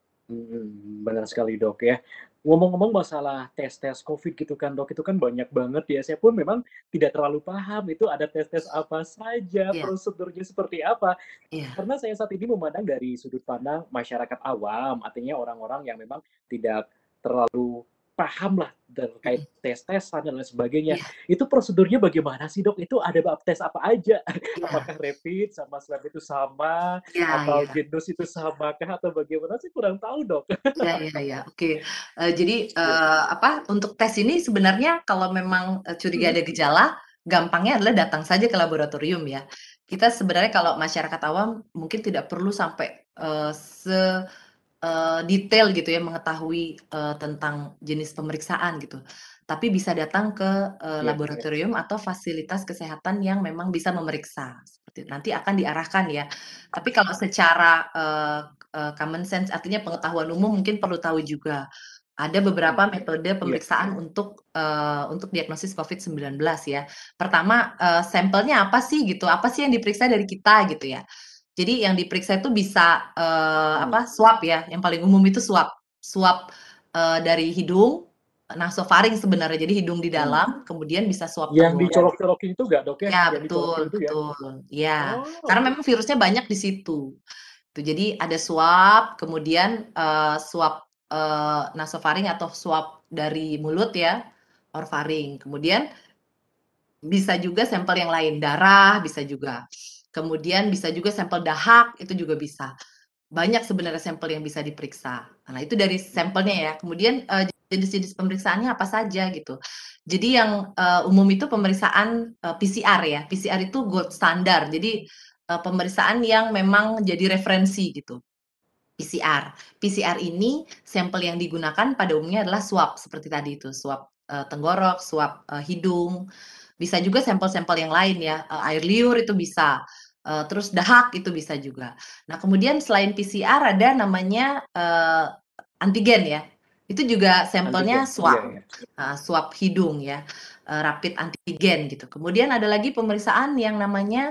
Mhm, benar sekali, Dok, ya. Ngomong-ngomong masalah tes-tes Covid gitu kan, Dok, itu kan banyak banget ya. Saya pun memang tidak terlalu paham itu ada tes-tes apa saja, Iya, prosedurnya seperti apa. iya, Karena saya saat ini memandang dari sudut pandang masyarakat awam, artinya orang-orang yang memang tidak terlalu paham lah terkait mhm, tes-tesan dan lain sebagainya. iya, Itu prosedurnya bagaimana sih, Dok? Itu ada bab tes apa aja? iya, Apakah rapid sama swab itu sama? iya, Atau iya. genus itu samakah atau bagaimana? Saya kurang tahu, Dok. Iya, iya, iya, oke. Eee, jadi, Iya. eee, apa, untuk tes ini sebenarnya kalau memang, eee, curiga Mhm. ada gejala, gampangnya adalah datang saja ke laboratorium ya. Kita sebenarnya kalau masyarakat awam mungkin tidak perlu sampai, eee, se Eee, detail gitu ya mengetahui, eee, tentang jenis pemeriksaan gitu. Tapi bisa datang ke, eee, Iya, iya. laboratorium atau fasilitas kesehatan yang memang bisa memeriksa, seperti itu. Nanti akan diarahkan ya. Tapi kalau secara, eee eee, common sense artinya pengetahuan umum mungkin perlu tahu juga, ada Mhm. beberapa metode Iya. pemeriksaan untuk, eee, untuk diagnosis covid sembilan belas ya. Pertama, eee, sampelnya apa sih gitu, apa sih yang diperiksa dari kita gitu ya. Jadi yang diperiksa itu bisa, eee, Mhm. apa, swab ya, yang paling umum itu swab. Swab, eee, dari hidung, nasofaring sebenarnya, jadi hidung di Mhm. dalam, kemudian bisa swab Yang tenggorokan. dicolok-colokin itu nggak, Dok, ya? Ya, Yang dicolokin betul, itu ya? betul, iya. Oh, Karena oke. memang virusnya banyak di situ. Tuh, jadi ada swab, kemudian, eee, swab, eee, nasofaring atau swab dari mulut ya, orfaring. Kemudian bisa juga sampel yang lain, darah bisa juga. Kemudian bisa juga sampel dahak, itu juga bisa. Banyak sebenarnya sampel yang bisa diperiksa. Nah, itu dari sampelnya ya. Kemudian, eee, jenis-jenis pemeriksaannya apa saja gitu. Jadi yang, eee, umum itu pemeriksaan, eee, P C R ya. P C R itu gold standar. Jadi, eee, pemeriksaan yang memang jadi referensi gitu, P C R. P C R ini sampel yang digunakan pada umumnya adalah swab seperti tadi itu, swab, eee, tenggorok, swab, eee, hidung, bisa juga sampel-sampel yang lain ya, eee, air liur itu bisa, eee, terus dahak itu bisa juga. Nah, kemudian selain P C R ada namanya, eee, antigen ya, itu juga sampelnya Antigen. Iya, swab, iya. heeh, swab hidung ya, eee, rapid antigen gitu. Kemudian ada lagi pemeriksaan yang namanya,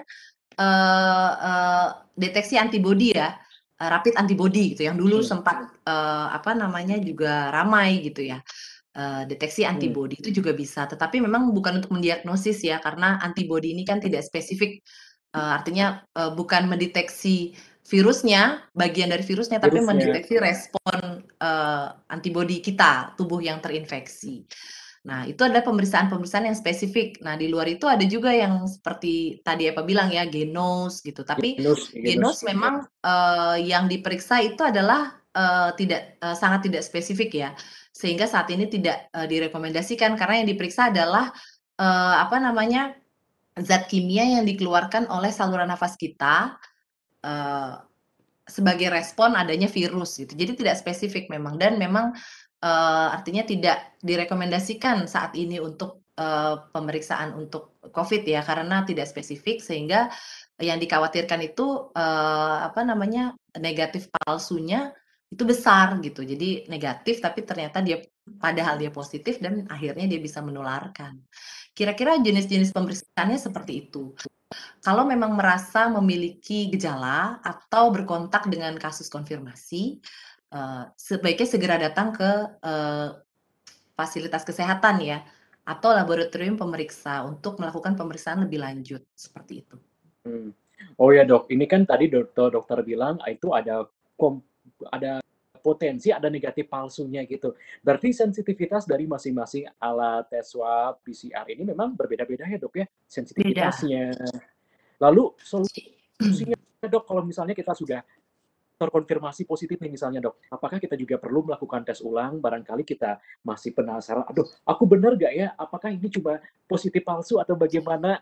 eee eee, deteksi antibodi ya, eee, rapid antibody gitu yang dulu Mhm. sempat, eee, apa namanya, juga ramai gitu ya. Eee, deteksi Mhm. antibodi itu juga bisa, tetapi memang bukan untuk mendiagnosis ya, karena antibodi ini kan tidak spesifik, eee, artinya, eee, bukan mendeteksi virusnya, bagian dari virusnya, tapi Virusnya. mendeteksi respon, eee, antibodi kita, tubuh yang terinfeksi. Nah, itu adalah pemeriksaan-pemeriksaan yang spesifik. Nah, di luar itu ada juga yang seperti tadi Eva bilang ya, genos gitu, tapi Genus genus. genos memang, eee, yang diperiksa itu adalah, eee, tidak eee, sangat tidak spesifik ya. Sehingga saat ini tidak, eee, direkomendasikan karena yang diperiksa adalah, eee, apa namanya, zat kimia yang dikeluarkan oleh saluran nafas kita, eee, sebagai respon adanya virus gitu. Jadi tidak spesifik memang dan memang, eee, artinya tidak direkomendasikan saat ini untuk, eee, pemeriksaan untuk Covid ya, karena tidak spesifik sehingga yang dikhawatirkan itu, eee, apa namanya, negatif palsunya itu besar gitu. Jadi negatif tapi ternyata dia padahal dia positif dan akhirnya dia bisa menularkan. Kira-kira jenis-jenis pemeriksaannya seperti itu. Kalau memang merasa memiliki gejala atau berkontak dengan kasus konfirmasi, eee, sebaiknya segera datang ke, eee, fasilitas kesehatan ya, atau laboratorium pemeriksa untuk melakukan pemeriksaan lebih lanjut, seperti itu. Mmm. Oh ya Dok, ini kan tadi dokter dokter bilang, ah, itu ada kom ada potensi ada negatif palsunya gitu. Berarti sensitivitas dari masing-masing alat tes swab P C R ini memang berbeda-beda ya Dok ya, Beda. sensitivitasnya. Lalu Si solusinya Dok, kalau misalnya kita sudah terkonfirmasi positif nih misalnya Dok, apakah kita juga perlu melakukan tes ulang? Barangkali kita masih penasaran, "Aduh, aku bener nggak ya? Apakah ini cuma positif palsu atau bagaimana?"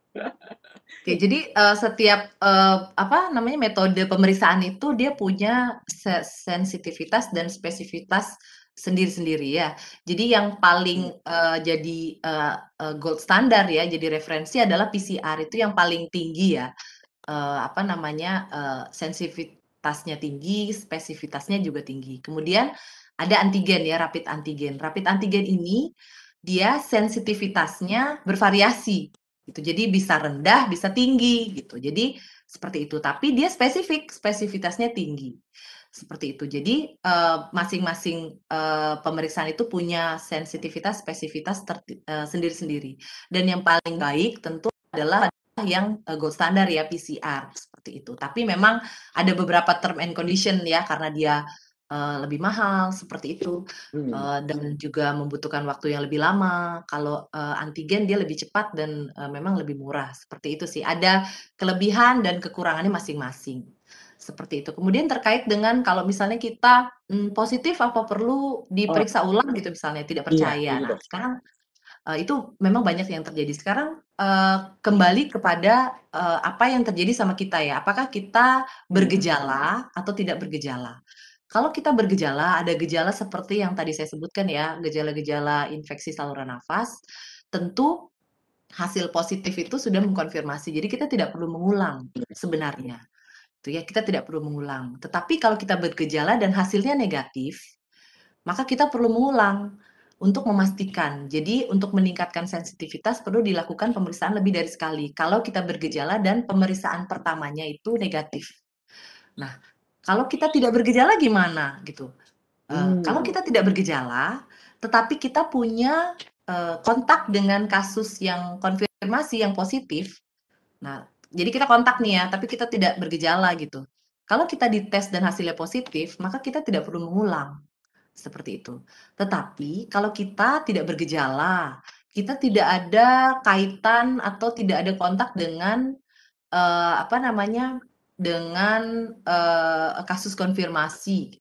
Oke, jadi, eee, setiap, eee, apa namanya, metode pemeriksaan itu dia punya se sensitivitas dan spesifitas sendiri-sendiri ya. Jadi yang paling, Mmm. eee, jadi, eee eee, gold standar ya, jadi referensi adalah P C R itu yang paling tinggi ya, eee, apa namanya, eee, sensivitasnya tinggi, spesifitasnya juga tinggi. Kemudian ada antigen ya, rapid antigen. Rapid antigen ini dia sensitivitasnya bervariasi gitu. Jadi bisa rendah, bisa tinggi gitu. Jadi seperti itu, tapi dia spesifik, spesifitasnya tinggi. Seperti itu. Jadi, eee, masing-masing, eee, pemeriksaan itu punya sensitivitas, spesifitas terti eee, sendiri-sendiri. Dan yang paling baik tentu adalah yang, eee, gold standar ya, P C R, seperti itu. Tapi memang ada beberapa term and condition ya, karena dia, eee, lebih mahal, seperti itu, Mmm. eee, dan juga membutuhkan waktu yang lebih lama. Kalau, eee, antigen dia lebih cepat dan, eee, memang lebih murah, seperti itu sih. Ada kelebihan dan kekurangannya masing-masing, seperti itu. Kemudian terkait dengan kalau misalnya kita, mmm, positif apa perlu Oh. diperiksa ulang gitu misalnya, tidak Iya, percaya. ini Nah Dok. sekarang, eee, itu memang banyak yang terjadi. Sekarang, eee, kembali kepada, eee, apa yang terjadi sama kita ya, apakah kita Mmm. bergejala atau tidak bergejala. Kalau kita bergejala, ada gejala seperti yang tadi saya sebutkan ya, gejala-gejala infeksi saluran nafas, tentu hasil positif itu sudah mengkonfirmasi. Jadi kita tidak perlu mengulang sebenarnya, itu ya, kita tidak perlu mengulang. Tetapi kalau kita bergejala dan hasilnya negatif, maka kita perlu mengulang untuk memastikan. Jadi untuk meningkatkan sensitivitas perlu dilakukan pemeriksaan lebih dari sekali, kalau kita bergejala dan pemeriksaan pertamanya itu negatif. Nah, kalau kita tidak bergejala gimana gitu? Eee, kalau Mmm. kita tidak bergejala, tetapi kita punya, eee, kontak dengan kasus yang konfirmasi yang positif. Nah, jadi kita kontak nih ya, tapi kita tidak bergejala gitu. Kalau kita dites dan hasilnya positif, maka kita tidak perlu mengulang, seperti itu. Tetapi kalau kita tidak bergejala, kita tidak ada kaitan atau tidak ada kontak dengan, eee, apa namanya, dengan, eee, kasus konfirmasi.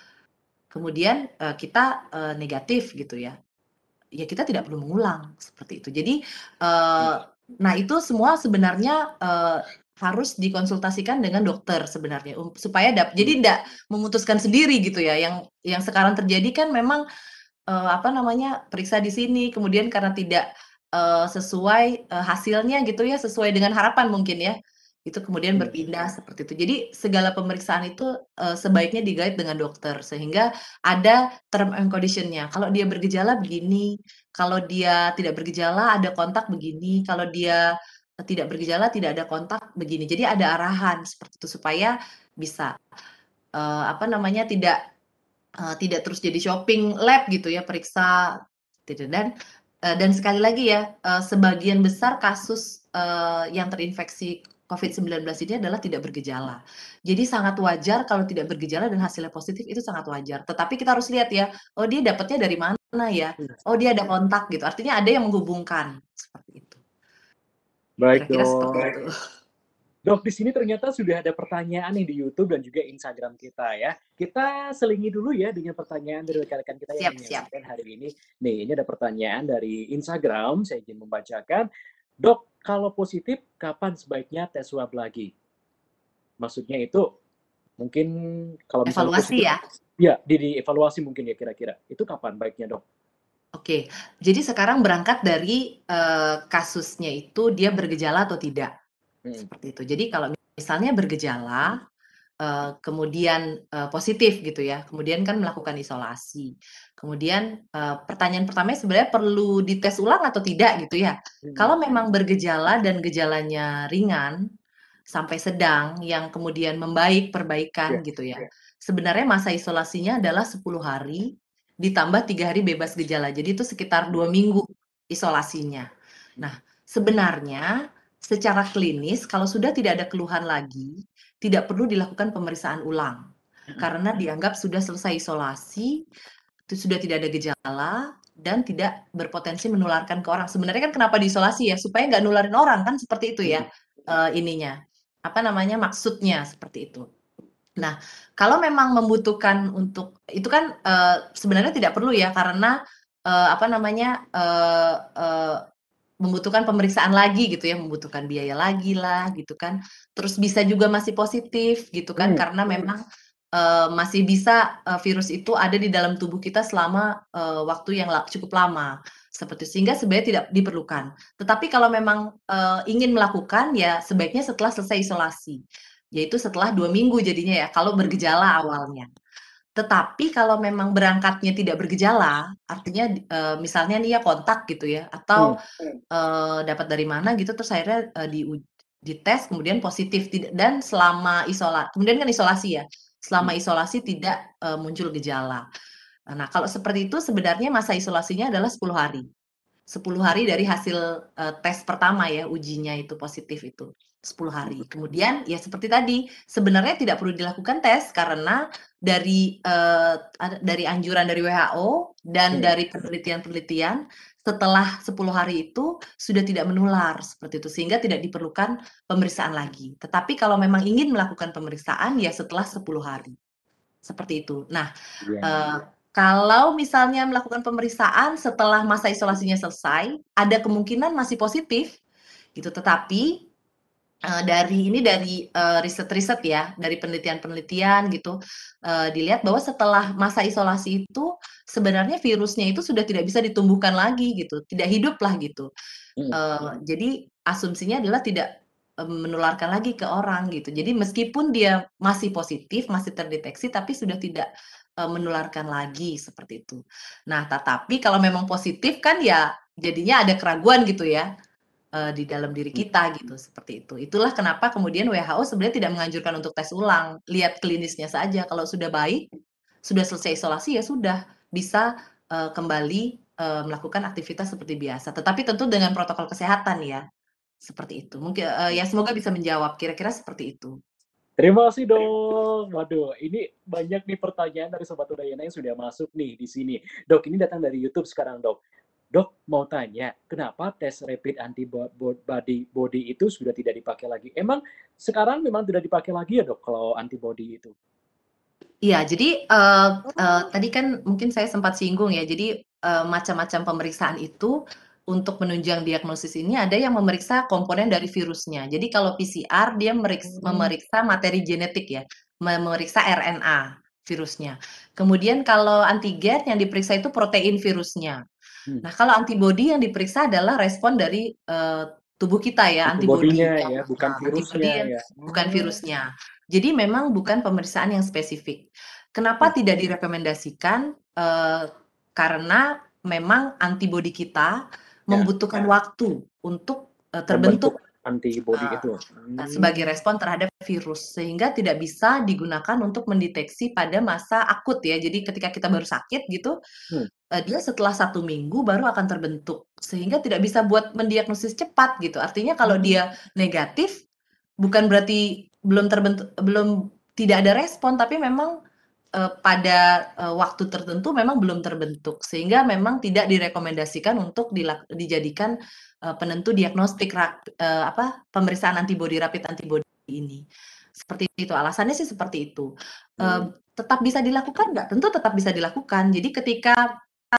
Kemudian, eee, kita, eee, negatif gitu ya, ya kita tidak perlu mengulang, seperti itu. Jadi, eee, Mmm. nah itu semua sebenarnya, eee, harus dikonsultasikan dengan dokter sebenarnya, um supaya dap Mmm. jadi ndak memutuskan sendiri gitu ya, yang yang sekarang terjadi kan memang, eee, apa namanya, periksa di sini, kemudian karena tidak, eee, sesuai, eee, hasilnya gitu ya, sesuai dengan harapan mungkin ya, itu kemudian Mmm. berpindah seperti itu. Jadi segala pemeriksaan itu, eee, sebaiknya di-guide dengan dokter, sehingga ada term and condition-nya. Kalau dia bergejala begini, kalau dia tidak bergejala ada kontak begini, kalau dia, eee, tidak bergejala tidak ada kontak begini. Jadi ada arahan seperti itu supaya bisa, eee, apa namanya, tidak, eee, tidak terus jadi shopping lab gitu ya, periksa gitu dan, eee, dan sekali lagi ya, eee, sebagian besar kasus, eee, yang terinfeksi Covid sembilan belas ini adalah tidak bergejala. Jadi sangat wajar kalau tidak bergejala dan hasilnya positif itu sangat wajar. Tetapi kita harus lihat ya, oh dia dapatnya dari mana ya? Iya. Oh dia ada kontak gitu, artinya ada yang menghubungkan, seperti itu. Baik Kira-kira seperti Dok. itu. Dok, di sini ternyata sudah ada pertanyaan nih di YouTube dan juga Instagram kita ya. Kita selingi dulu ya dengan pertanyaan dari rekan-rekan kita yang Siap siap. menyaksikan hari ini. Nih, ini ada pertanyaan dari Instagram, saya izin membacakan. "Dok, kalau positif kapan sebaiknya tes swab lagi?" Maksudnya itu Mungkin kalau misalnya Evaluasi positif ya? ya, di dievaluasi mungkin ya kira-kira. Itu kapan baiknya, Dok? Oke, jadi sekarang berangkat dari, eee, kasusnya itu dia bergejala atau tidak, Mhm. seperti itu. Jadi kalau misalnya bergejala, eee, kemudian, eee, positif gitu ya, kemudian kan melakukan isolasi. Kemudian, eee, pertanyaan pertamanya sebenarnya perlu dites ulang atau tidak gitu ya. Mhm. Kalau memang bergejala dan gejalanya ringan sampai sedang yang kemudian membaik, perbaikan Iya. gitu ya, sebenarnya masa isolasinya adalah sepuluh hari ditambah tiga hari bebas gejala. Jadi itu sekitar Mmm. dua minggu isolasinya. Nah, Mhm. sebenarnya secara klinis kalau sudah tidak ada keluhan lagi, tidak perlu dilakukan pemeriksaan ulang. Mhm. Karena dianggap sudah selesai isolasi, itu sudah tidak ada gejala dan tidak berpotensi menularkan ke orang. Sebenarnya kan kenapa diisolasi ya, supaya nggak nularin orang kan seperti itu ya, Mhm. eee, ininya, apa namanya, maksudnya seperti itu. Nah, kalau memang membutuhkan untuk itu kan, eee, sebenarnya tidak perlu ya karena, eee, apa namanya, eee eee, membutuhkan pemeriksaan lagi gitu ya, membutuhkan biaya lagi lah gitu kan. Terus bisa juga masih positif gitu kan Mmm. karena memang, eee, masih bisa, eee, virus itu ada di dalam tubuh kita selama, eee, waktu yang la cukup lama, seperti sehingga sebenarnya tidak diperlukan. Tetapi kalau memang, eee, ingin melakukan ya sebaiknya setelah selesai isolasi, yaitu setelah dua minggu jadinya ya kalau Mhm. bergejala awalnya. Tetapi kalau memang berangkatnya tidak bergejala, artinya, eee, misalnya nih ya kontak gitu ya atau, Mmm. eee, dapat dari mana gitu terus akhirnya, eee, diu dites kemudian positif tid dan selama isola kemudian kan isolasi ya, selama Mmm. isolasi tidak, eee, muncul gejala. Nah, kalau seperti itu sebenarnya masa isolasinya adalah sepuluh hari. sepuluh hari dari hasil, eee, tes pertama ya, ujinya itu positif itu, sepuluh hari. Kemudian ya seperti tadi, sebenarnya tidak perlu dilakukan tes karena dari, eee, ada dari anjuran dari W H O dan Mhm. dari penelitian-penelitian, setelah sepuluh hari itu sudah tidak menular, seperti itu. Sehingga tidak diperlukan pemeriksaan lagi. Tetapi kalau memang ingin melakukan pemeriksaan ya setelah sepuluh hari, seperti itu. Nah, Iya eee, iya. kalau misalnya melakukan pemeriksaan setelah masa isolasinya selesai, ada kemungkinan masih positif gitu, tetapi, eee, dari ini dari, eee, riset-riset ya, dari penelitian-penelitian gitu, eee, dilihat bahwa setelah masa isolasi itu sebenarnya virusnya itu sudah tidak bisa ditumbuhkan lagi gitu, tidak hidup lah gitu. Mhm. Eee, jadi asumsinya adalah tidak, eee, menularkan lagi ke orang gitu. Jadi meskipun dia masih positif, masih terdeteksi, tapi sudah tidak, eee, menularkan lagi, seperti itu. Nah, tetapi kalau memang positif kan ya jadinya ada keraguan gitu ya, eee, di dalam diri Mmm. kita gitu, seperti itu. Itulah kenapa kemudian W H O sebenarnya tidak menganjurkan untuk tes ulang, lihat klinisnya saja, kalau sudah baik, sudah selesai isolasi, ya sudah bisa, eee, kembali, eee, melakukan aktivitas seperti biasa. Tetapi tentu dengan protokol kesehatan ya, seperti itu. Mungki eee, Mmm. ya semoga bisa menjawab, kira-kira seperti itu. Terima kasih, Dok. Waduh, ini banyak nih pertanyaan dari sobat Udayana yang sudah masuk nih di sini. Dok, ini datang dari YouTube sekarang, Dok. Dok, mau tanya, kenapa tes rapid antibo bod body body itu sudah tidak dipakai lagi? Emang sekarang memang tidak dipakai lagi ya, Dok, kalau antibody itu? Iya, jadi, eee eee, tadi kan mungkin saya sempat singgung ya, jadi, eee, macam-macam pemeriksaan itu untuk menunjang diagnosis ini ada yang memeriksa komponen dari virusnya. Jadi kalau P C R dia meriks Mmm. memeriksa materi genetik ya, memeriksa R N A virusnya. Kemudian kalau antigen yang diperiksa itu protein virusnya. Mmm. Nah, kalau antibody yang diperiksa adalah respon dari, eee, tubuh kita ya, antibody Antibody-nya yang ya, bukan nah, virusnya antibody yang ya? bukan Oh. virusnya. Jadi memang bukan pemeriksaan yang spesifik. Mmm. Kenapa tidak direkomendasikan? Eee, karena memang antibody kita Ya. membutuhkan waktu untuk, eee, terbentuk, Membentuk antibody eee itu? eee, sebagai Mmm. respon terhadap virus, sehingga tidak bisa digunakan untuk mendeteksi pada masa akut ya. Jadi ketika kita baru sakit gitu, Mmm. eee, dia setelah satu minggu baru akan terbentuk, sehingga tidak bisa buat mendiagnosis cepat gitu. Artinya kalau Mmm. dia negatif, bukan berarti belum terbentuk belum tidak ada respon, tapi memang, eee, pada, eee, waktu tertentu memang belum terbentuk, sehingga memang tidak direkomendasikan untuk dilak dijadikan, eee, penentu diagnostik rak eee, apa, pemeriksaan antibody, rapid antibody ini. Seperti itu, alasannya sih seperti itu. Mmm. Eee, tetap bisa dilakukan nggak? Tentu tetap bisa dilakukan. Jadi ketika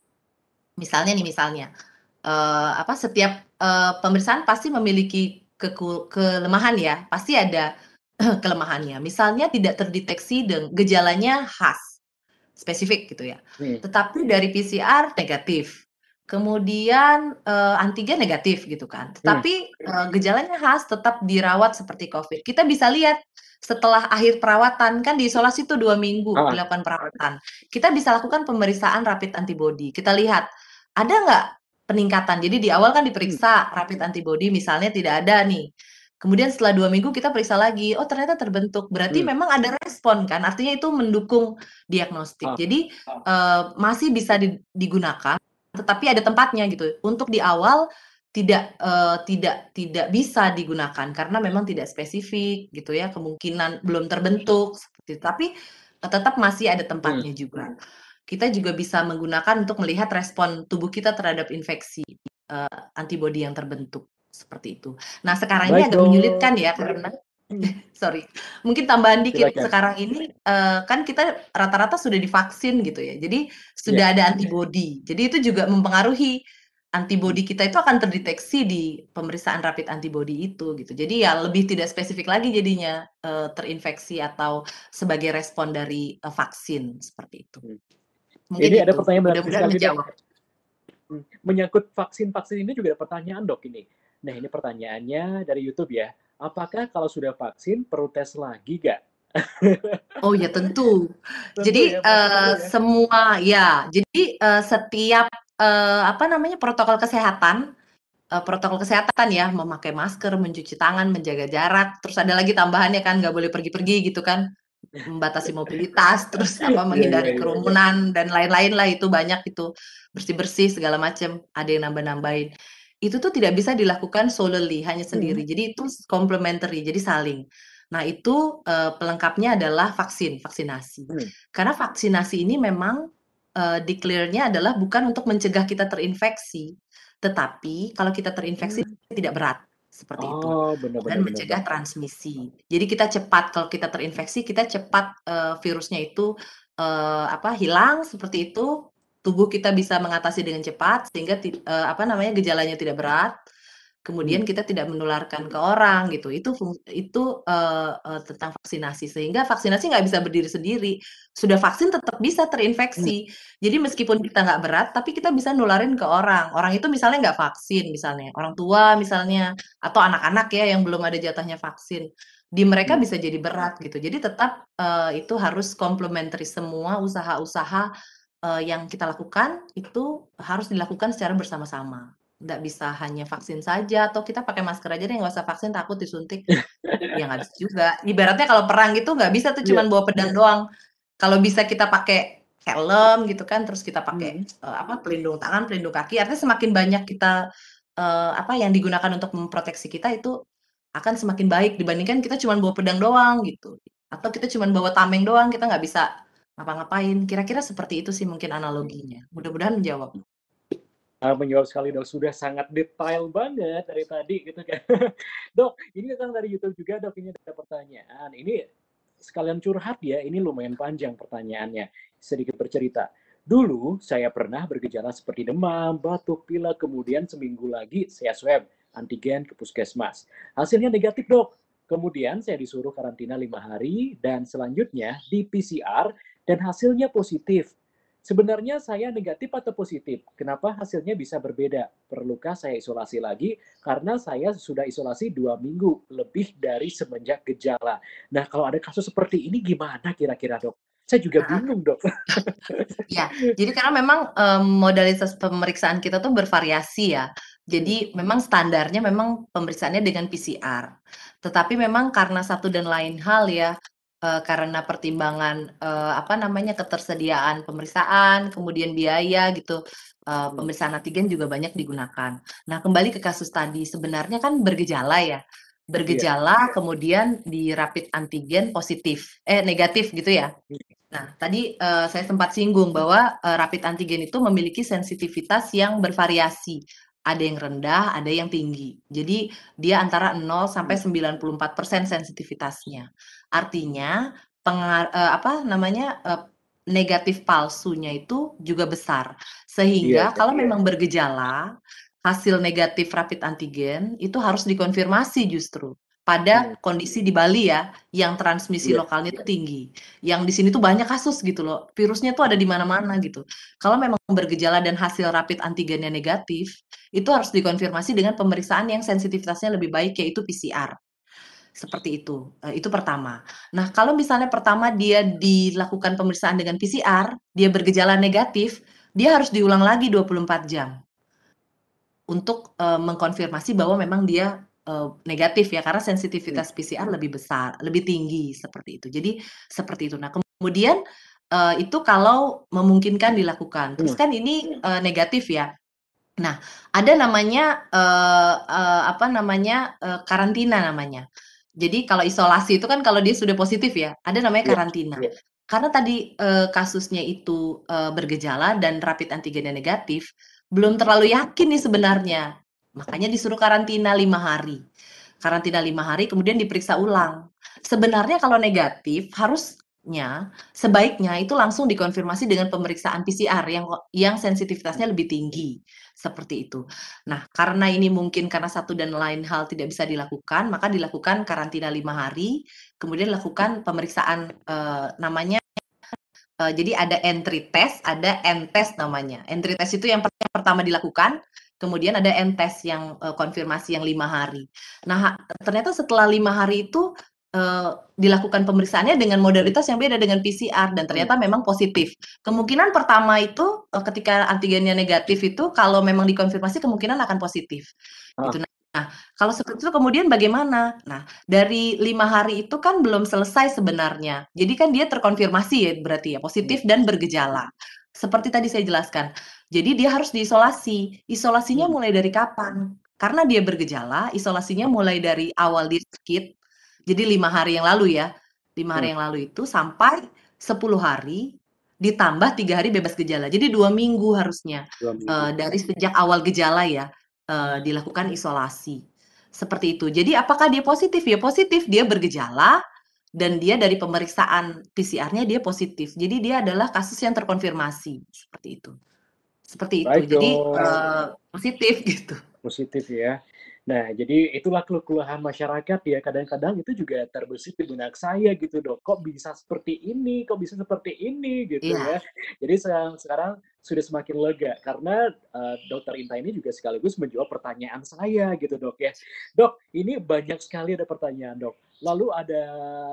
misalnya nih, misalnya, eee, apa, setiap, eee, pemeriksaan pasti memiliki keku kelemahan ya, pasti ada. kelemahannya. Misalnya tidak terdeteksi dengan gejalanya khas, spesifik gitu ya. Hmm. Tetapi dari P C R negatif. Kemudian uh, antigen negatif gitu kan. Tetapi uh, gejalanya khas, tetap dirawat seperti COVID. Kita bisa lihat setelah akhir perawatan, kan diisolasi itu dua minggu Ah, dilakukan perawatan. Kita bisa lakukan pemeriksaan rapid antibody. Kita lihat ada nggak peningkatan. Jadi di awal kan diperiksa rapid antibody, misalnya tidak ada nih. Kemudian setelah dua minggu kita periksa lagi, oh ternyata terbentuk. Berarti hmm. memang ada respon kan, artinya itu mendukung diagnostik. Ah, Jadi uh, masih bisa di- digunakan, tetapi ada tempatnya gitu. Untuk di awal tidak uh, tidak tidak bisa digunakan karena memang tidak spesifik gitu ya, kemungkinan belum terbentuk seperti itu. Tapi uh, tetap masih ada hmm. tempatnya juga. Kita juga bisa menggunakan untuk melihat respon tubuh kita terhadap infeksi, uh, antibodi yang terbentuk seperti itu. Nah, sekarang ini Baik agak dok. menyulitkan ya karena Hmm. sorry, mungkin tambahan dikit. Silakan. Sekarang ini uh, kan kita rata-rata sudah divaksin gitu ya. Jadi Iya. sudah ada antibodi. Jadi itu juga mempengaruhi antibodi kita itu akan terdeteksi di pemeriksaan rapid antibody itu gitu. Jadi ya lebih tidak spesifik lagi jadinya uh, terinfeksi atau sebagai respon dari uh, vaksin seperti itu. Hmm. Mungkin Ini ada itu. pertanyaan menarik Mudah-mudahan sekali dok. menjawab. Hmm. Menyangkut vaksin-vaksin ini juga ada pertanyaan dok ini. Nah ini pertanyaannya dari YouTube ya. Apakah kalau sudah vaksin perlu tes lagi gak? Oh ya tentu. Tentu Jadi ya, pasti perlu uh, ya. semua ya. Jadi uh, setiap uh, apa namanya protokol kesehatan, uh, protokol kesehatan ya, memakai masker, mencuci tangan, menjaga jarak. Terus ada lagi tambahannya kan, nggak boleh pergi-pergi gitu kan, membatasi mobilitas, terus apa Iya, iya, menghindari iya. kerumunan dan lain-lain lah, itu banyak itu, bersih-bersih segala macam. Ada yang nambah-nambahin. Itu tuh tidak bisa dilakukan solely, hanya Hmm. sendiri. Jadi itu complementary, jadi saling. Nah, itu uh, pelengkapnya adalah vaksin, vaksinasi. Hmm. Karena vaksinasi ini memang uh, declare-nya adalah bukan untuk mencegah kita terinfeksi, tetapi kalau kita terinfeksi Hmm. tidak berat, seperti itu. Oh, benar-benar Dan benar. mencegah transmisi. Jadi kita cepat, kalau kita terinfeksi, kita cepat uh, virusnya itu uh, apa hilang seperti itu. Tubuh kita bisa mengatasi dengan cepat sehingga uh, apa namanya gejalanya tidak berat. Kemudian Hmm. kita tidak menularkan ke orang gitu. Itu itu uh, uh, tentang vaksinasi. Sehingga vaksinasi nggak bisa berdiri sendiri. Sudah vaksin tetap bisa terinfeksi. Jadi meskipun kita nggak berat, tapi kita bisa nularin ke orang. Orang itu misalnya nggak vaksin, misalnya orang tua misalnya, atau anak-anak ya yang belum ada jatahnya vaksin. Di mereka Hmm. bisa jadi berat gitu. Jadi tetap uh, itu harus complementary, semua usaha-usaha uh, yang kita lakukan itu harus dilakukan secara bersama-sama. Nggak bisa hanya vaksin saja, atau kita pakai masker aja deh, nggak usah vaksin, takut disuntik. Ya nggak bisa juga. Ibaratnya kalau perang gitu nggak bisa tuh Iya. cuman bawa pedang doang. Kalau bisa kita pakai helm gitu kan, terus kita pakai Hmm. uh, apa pelindung tangan, pelindung kaki. Artinya semakin banyak kita uh, apa yang digunakan untuk memproteksi kita itu akan semakin baik dibandingkan kita cuma bawa pedang doang gitu. Atau kita cuma bawa tameng doang, kita nggak bisa ngapa-ngapain. Kira-kira seperti itu sih mungkin analoginya. Mudah-mudahan menjawab. Uh, menjawab sekali dok, sudah sangat detail banget dari tadi gitu kan. Dok, ini kan dari YouTube juga dok, ini ada pertanyaan. Ini sekalian curhat ya, ini lumayan panjang pertanyaannya. Sedikit bercerita. Dulu saya pernah bergejala seperti demam, batuk, pilek, kemudian seminggu lagi saya swab antigen ke puskesmas. Hasilnya negatif dok. Kemudian saya disuruh karantina lima hari dan selanjutnya di P C R dan hasilnya positif. Sebenarnya saya negatif atau positif? Kenapa hasilnya bisa berbeda? Perlukah saya isolasi lagi? Karena saya sudah isolasi dua minggu, lebih dari semenjak gejala. Nah, kalau ada kasus seperti ini gimana kira-kira dok? Saya juga Nah, bingung dok. ya, jadi karena memang um, modalitas pemeriksaan kita tuh bervariasi ya. Hmm. Jadi memang standarnya memang pemeriksaannya dengan P C R. Tetapi memang karena satu dan lain hal ya, uh, karena pertimbangan uh, apa namanya ketersediaan pemeriksaan, kemudian biaya gitu, uh, Hmm. pemeriksaan antigen juga banyak digunakan. Nah, kembali ke kasus tadi, sebenarnya kan bergejala ya. Bergejala, kemudian di rapid antigen positif, eh negatif gitu ya. Nah, tadi uh, saya sempat singgung bahwa uh, rapid antigen itu memiliki sensitivitas yang bervariasi. Ada yang rendah, ada yang tinggi. Jadi dia antara nol sampai sembilan puluh empat persen sensitivitasnya. Artinya pengar uh, apa namanya uh, negatif palsunya itu juga besar. Iya, Sehingga iya. kalau memang bergejala, hasil negatif rapid antigen itu harus dikonfirmasi justru pada Hmm. kondisi di Bali ya, yang transmisi Iya. lokalnya itu tinggi. Yang di sini tuh banyak kasus gitu loh, virusnya tuh ada di mana-mana gitu. Kalau memang bergejala dan hasil rapid antigennya negatif, itu harus dikonfirmasi dengan pemeriksaan yang sensitivitasnya lebih baik, yaitu P C R. Seperti itu, eee, itu pertama. Nah, kalau misalnya pertama dia dilakukan pemeriksaan dengan P C R, dia bergejala negatif, dia harus diulang lagi dua puluh empat jam. Untuk, eee, mengkonfirmasi bahwa memang dia, eee, negatif ya, karena Hmm. sensitivitas P C R lebih besar, lebih tinggi, seperti itu. Jadi, seperti itu. Nah, kemudian, eee, itu kalau memungkinkan dilakukan. Terus Hmm. kan ini, eee, negatif ya. Nah, ada namanya, eee eee, apa namanya, eee, karantina namanya. Jadi kalau isolasi itu kan kalau dia sudah positif ya, ada namanya Iya. karantina. Karena tadi, eee, kasusnya itu, eee, bergejala dan rapid antigennya negatif, belum terlalu yakin nih sebenarnya, makanya disuruh karantina lima hari. Karantina lima hari kemudian diperiksa ulang. Sebenarnya kalau negatif harusnya, sebaiknya itu langsung dikonfirmasi dengan pemeriksaan P C R yang yang sensitivitasnya lebih tinggi, seperti itu. Nah, karena ini mungkin karena satu dan lain hal tidak bisa dilakukan, maka dilakukan karantina lima hari, kemudian lakukan pemeriksaan, eee, namanya, eee, jadi ada entry test, ada end test namanya. Entry test itu yang yang pertama dilakukan, kemudian ada end test yang, eee, konfirmasi yang lima hari. Nah, ternyata setelah lima hari itu, eee, dilakukan pemeriksaannya dengan modalitas yang beda dengan P C R dan ternyata memang positif. Kemungkinan pertama itu, eee, ketika antigennya negatif itu kalau memang dikonfirmasi kemungkinan akan positif, Ah. gitu. Nah, kalau seperti itu kemudian bagaimana? Nah, dari lima hari itu kan belum selesai sebenarnya. Jadi kan dia terkonfirmasi ya berarti ya, positif dan bergejala. Seperti tadi saya jelaskan. Jadi dia harus diisolasi. Isolasinya Hmm. mulai dari kapan? Karena dia bergejala, isolasinya mulai dari awal dia sakit, jadi lima hari yang lalu ya, lima Hmm. hari yang lalu itu sampai sepuluh hari, ditambah tiga hari bebas gejala. Jadi dua minggu harusnya, Dua minggu. eee, dari sejak awal gejala ya, eee, dilakukan isolasi. Seperti itu. Jadi apakah dia positif? Ya positif, dia bergejala dan dia dari pemeriksaan P C R-nya dia positif. Jadi dia adalah kasus yang terkonfirmasi, seperti itu. Seperti itu. Baik Jadi, dong. eee, positif gitu. Positif ya. Nah, jadi itulah keluh-keluhan masyarakat ya, kadang-kadang itu juga terbesit di benak saya gitu, Dok. Kok bisa seperti ini kok bisa seperti ini, gitu Iya. ya. Jadi sekarang sekarang sudah semakin lega karena, eee, Dokter Inta ini juga sekaligus menjawab pertanyaan saya gitu, Dok, ya. Dok, ini banyak sekali ada pertanyaan, Dok. Lalu ada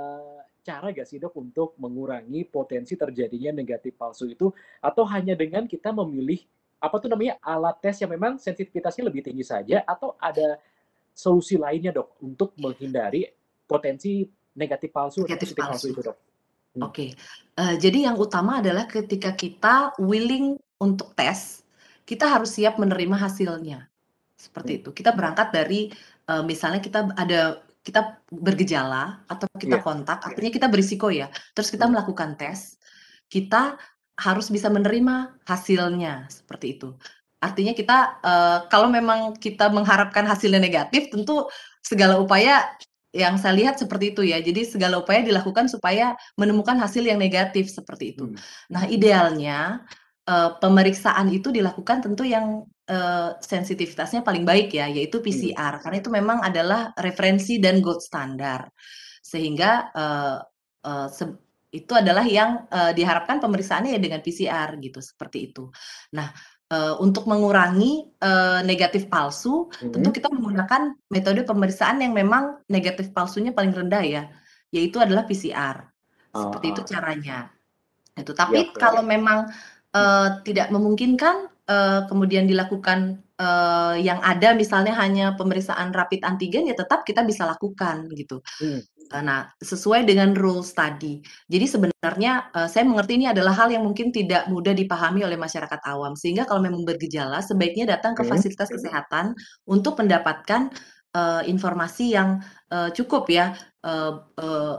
cara nggak sih, Dok, untuk mengurangi potensi terjadinya negatif palsu itu, atau hanya dengan kita memilih, apa tuh namanya, alat tes yang memang sensitivitasnya lebih tinggi saja, atau ada solusi lainnya, Dok, untuk menghindari potensi negatif palsu atau Negatif positif palsu palsu. itu, Dok? Hmm. Oke, eee, jadi yang utama adalah ketika kita willing untuk tes, kita harus siap menerima hasilnya, Hmm. seperti itu. Kita berangkat dari, eee, misalnya kita ada kita bergejala atau kita Iya. kontak, artinya kita berisiko ya, terus kita Hmm. melakukan tes, kita harus bisa menerima hasilnya, seperti itu. Artinya kita, eee, kalau memang kita mengharapkan hasilnya negatif, tentu segala upaya yang saya lihat seperti itu ya. Jadi segala upaya dilakukan supaya menemukan hasil yang negatif, seperti itu. Hmm. Nah, idealnya, eee, pemeriksaan itu dilakukan tentu yang, eee, sensitivitasnya paling baik ya, yaitu P C Hmm. R. Karena itu memang adalah referensi dan gold standar. Sehingga, eee eee, seb itu adalah yang, eee, diharapkan pemeriksaannya ya dengan P C R gitu, seperti itu. Nah, eee, untuk mengurangi, eee, negatif palsu, tentu Mhm. kita menggunakan metode pemeriksaan yang memang negatif palsunya paling rendah ya, yaitu adalah P C R. Seperti itu Heeh. caranya. Itu, Iya, tapi oke. kalau memang, Hmm. eee, tidak memungkinkan, eee, kemudian dilakukan, eee, yang ada misalnya hanya pemeriksaan rapid antigen, ya tetap kita bisa lakukan gitu. Hmm. Eee, nah, sesuai dengan rules tadi. Jadi sebenarnya, eee, saya mengerti ini adalah hal yang mungkin tidak mudah dipahami oleh masyarakat awam, sehingga kalau memang bergejala sebaiknya datang ke Mhm. fasilitas kesehatan untuk mendapatkan, eee, informasi yang, eee, cukup ya, eee eee,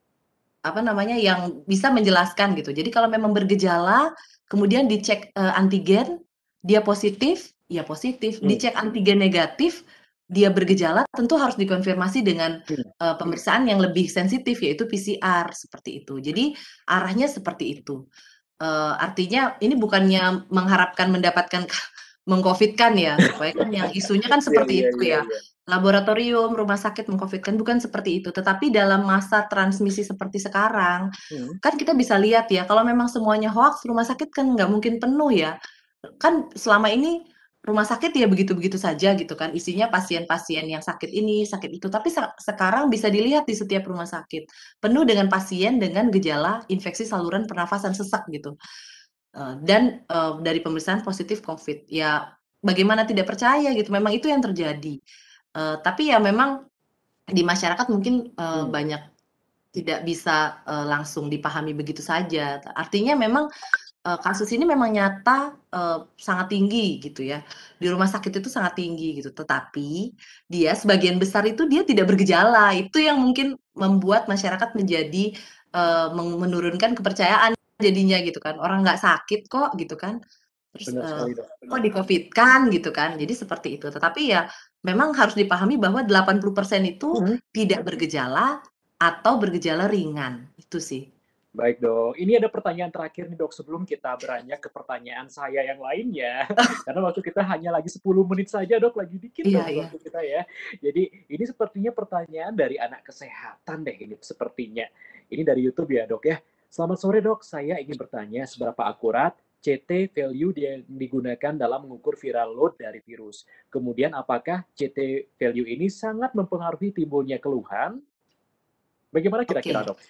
apa namanya, yang bisa menjelaskan gitu. Jadi kalau memang bergejala, kemudian dicek, eee, antigen, dia positif, ya positif. Hmm. Dicek antigen negatif, dia bergejala, tentu harus dikonfirmasi dengan, Hmm. eee, pemeriksaan yang lebih sensitif, yaitu P C R, seperti itu. Jadi arahnya seperti itu. Eee, artinya ini bukannya mengharapkan mendapatkan meng-COVID-kan ya, supaya kan yang isunya kan Iya seperti iya itu iya ya, iya. laboratorium, rumah sakit meng-COVID-kan, bukan seperti itu. Tetapi dalam masa transmisi seperti sekarang, Mhm. kan kita bisa lihat ya, kalau memang semuanya hoaks, rumah sakit kan nggak mungkin penuh ya. Kan selama ini rumah sakit ya begitu-begitu saja gitu kan, isinya pasien-pasien yang sakit ini, sakit itu. Tapi sa sekarang bisa dilihat di setiap rumah sakit, penuh dengan pasien dengan gejala infeksi saluran pernafasan, sesak gitu. Eee, dan, eee, dari pemeriksaan positif COVID. Ya bagaimana tidak percaya gitu, memang itu yang terjadi. Eee, tapi ya memang di masyarakat mungkin, eee, Mmm. banyak tidak bisa, eee, langsung dipahami begitu saja. Artinya memang, eee, kasus ini memang nyata, eee, sangat tinggi gitu ya, di rumah sakit itu sangat tinggi gitu. Tetapi dia sebagian besar itu dia tidak bergejala, itu yang mungkin membuat masyarakat menjadi, eee, meng menurunkan kepercayaan jadinya gitu kan, orang nggak sakit kok gitu kan, terus, Benar eee, sekali, Dok. kok di-COVID-kan gitu kan, jadi seperti itu. Tetapi ya memang harus dipahami bahwa delapan puluh persen itu Mhm. tidak bergejala atau bergejala ringan, itu sih. Baik, Dok. Ini ada pertanyaan terakhir nih, Dok, sebelum kita beranjak ke pertanyaan saya yang lainnya. Karena waktu kita hanya lagi sepuluh menit saja, Dok, lagi dikit Iya banget iya. waktu kita ya. Jadi ini sepertinya pertanyaan dari anak kesehatan deh ini sepertinya. Ini dari YouTube ya, Dok, ya. Selamat sore, Dok. Saya ingin bertanya seberapa akurat C T value yang digunakan dalam mengukur viral load dari virus. Kemudian apakah C T value ini sangat mempengaruhi timbulnya keluhan? Bagaimana kira-kira, Oke. Dok?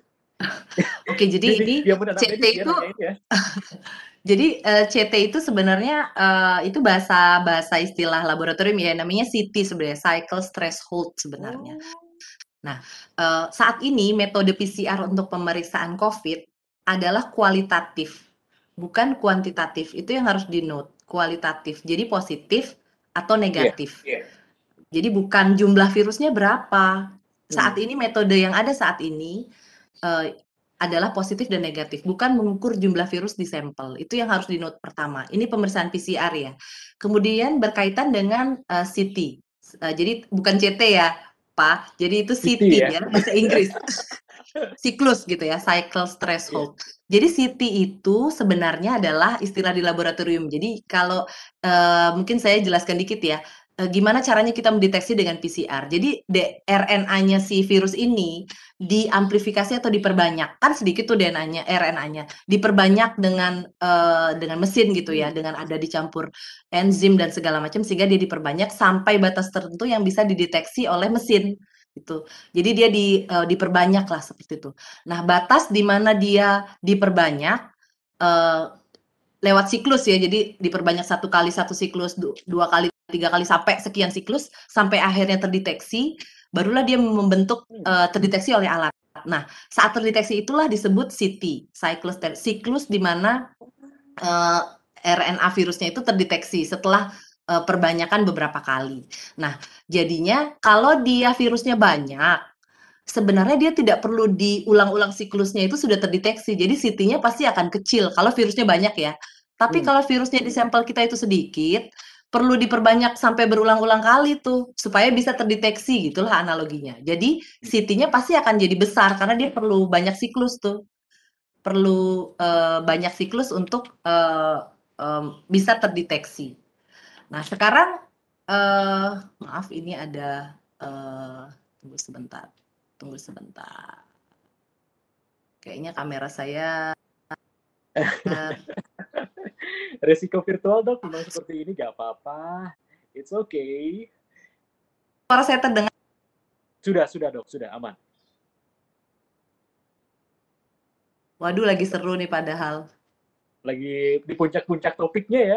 Oke, Dia jadi nih ini diaman anak C T medis dia itu nanyain ya. jadi, eee, C T itu sebenarnya, eee, itu bahasa bahasa istilah laboratorium ya, namanya C T sebenarnya, cycle threshold sebenarnya. Oh. Nah, eee, saat ini metode P C R untuk pemeriksaan COVID adalah kualitatif, bukan kuantitatif. Itu yang harus di-note, kualitatif. Jadi positif atau Iya. negatif. Jadi bukan jumlah virusnya berapa. Saat Mhm. ini metode yang ada saat ini, eee, adalah positif dan negatif, bukan mengukur jumlah virus di sampel. Itu yang harus di-note pertama. Ini pemeriksaan P C R ya. Kemudian berkaitan dengan, eee, C T. Eee, jadi bukan C T ya, Pak. Jadi itu C T C T ya? ya, bahasa Inggris. Siklus gitu ya, cycle Iya. threshold. Jadi C T itu sebenarnya adalah istilah di laboratorium. Jadi kalau, eee, mungkin saya jelaskan dikit ya, eee, gimana caranya kita mendeteksi dengan P C R. Jadi de R N A-nya si virus ini diamplifikasi atau diperbanyak, kan sedikit tuh D N A-nya R N A-nya, diperbanyak dengan, eee, dengan mesin gitu ya, Mmm. dengan ada dicampur enzim dan segala macam sehingga dia diperbanyak sampai batas tertentu yang bisa dideteksi oleh mesin, gitu. Jadi dia di eee, diperbanyaklah seperti itu. Nah, batas di mana dia diperbanyak, eee, lewat siklus ya, jadi diperbanyak satu kali satu siklus, du dua kali, tiga kali, sampai sekian siklus, sampai akhirnya terdeteksi, barulah dia membentuk, Mmm. eee, terdeteksi oleh alat. Nah, saat terdeteksi itulah disebut C T, cycles ter siklus di mana, eee, R N A virusnya itu terdeteksi setelah, eee, perbanyakan beberapa kali. Nah, jadinya kalau dia virusnya banyak, sebenarnya dia tidak perlu diulang-ulang siklusnya itu sudah terdeteksi. Jadi C T-nya pasti akan kecil kalau virusnya banyak ya. Tapi Mmm. kalau virusnya di sampel kita itu sedikit, perlu diperbanyak sampai berulang-ulang kali tuh, supaya bisa terdeteksi, gitulah analoginya. Jadi C T-nya pasti akan jadi besar karena dia perlu banyak siklus tuh. Perlu, eee, banyak siklus untuk, eee, mmm, bisa terdeteksi. Nah sekarang, eee, maaf ini ada, eee, tunggu sebentar tunggu sebentar. Kayaknya kamera saya, eee Resiko virtual, Dok, memang seperti ini, nggak apa-apa. It's okay. Suara saya terdengar? Sudah sudah, Dok, sudah, aman. Waduh, lagi seru nih padahal. Lagi di puncak-puncak topiknya ya.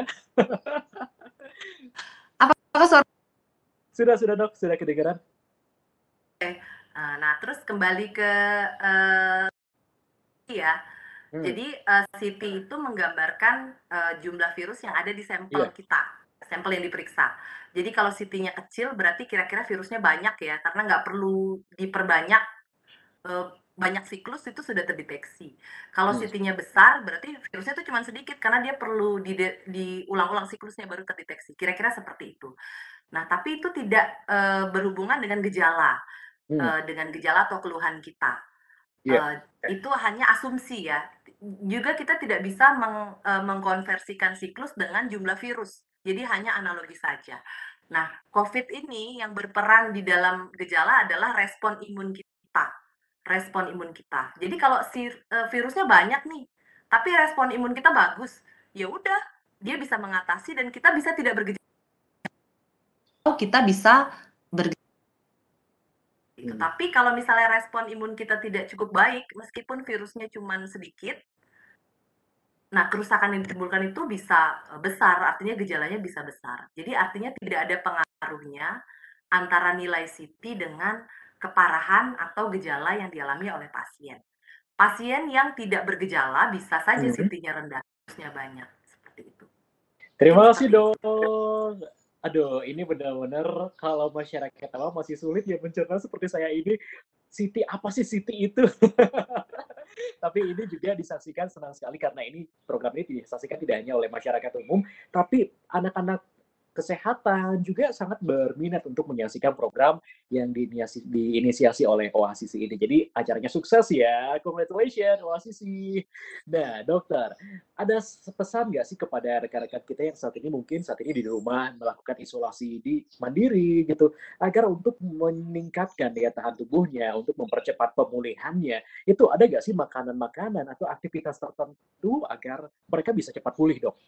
Apakah suara Sudah sudah, Dok, sudah kedengeran. Oke, eee, nah terus kembali ke, eee, ya. Hmm. Jadi, eee, C T itu menggambarkan, eee, jumlah virus yang ada di sampel Iya. kita, sampel yang diperiksa. Jadi kalau C T-nya kecil berarti kira-kira virusnya banyak ya, karena nggak perlu diperbanyak, eee, banyak siklus itu sudah terdeteksi. Kalau Mmm. C T-nya besar berarti virusnya itu cuman sedikit karena dia perlu dide diulang-ulang siklusnya baru terdeteksi, kira-kira seperti itu. Nah, tapi itu tidak, eee, berhubungan dengan gejala, Mmm. eee, dengan gejala atau keluhan kita. Iya. Eee, itu hanya asumsi ya. Juga kita tidak bisa meng eee, mengkonversikan siklus dengan jumlah virus. jadi hanya analogi saja. Nah, COVID ini yang berperan di dalam gejala adalah respon imun kita, respon imun kita. Jadi kalau si eee, virusnya banyak nih, tapi respon imun kita bagus, ya udah dia bisa mengatasi dan kita bisa tidak bergejala. Oh, kita bisa berge gitu. Hmm. Tapi kalau misalnya respon imun kita tidak cukup baik, meskipun virusnya cuman sedikit, nah kerusakan yang ditimbulkan itu bisa eee, besar, artinya gejalanya bisa besar. Jadi artinya tidak ada pengaruhnya antara nilai C T dengan keparahan atau gejala yang dialami oleh pasien. Pasien yang tidak bergejala bisa saja Mhm. C T-nya rendah, virusnya banyak, seperti itu. Mungkin Terima kasih seperti itu. dok. Aduh, ini benar-benar kalau masyarakat awam masih sulit ya mencerna seperti saya ini, C T, apa sih C T itu? Tapi ini juga disaksikan senang sekali karena ini program ini disaksikan tidak hanya oleh masyarakat umum, tapi anak-anak kesehatan juga sangat berminat untuk menyaksikan program yang diiniasi diinisiasi oleh Oasisi ini. Jadi acaranya sukses ya, congratulations Oasisi. Nah, dokter, ada s pesan nggak sih kepada rekan-rekan kita yang saat ini mungkin saat ini di rumah melakukan isolasi di mandiri gitu, agar untuk meningkatkan daya tahan tubuhnya, untuk mempercepat pemulihannya, itu ada nggak sih makanan-makanan atau aktivitas tertentu agar mereka bisa cepat pulih, Dok?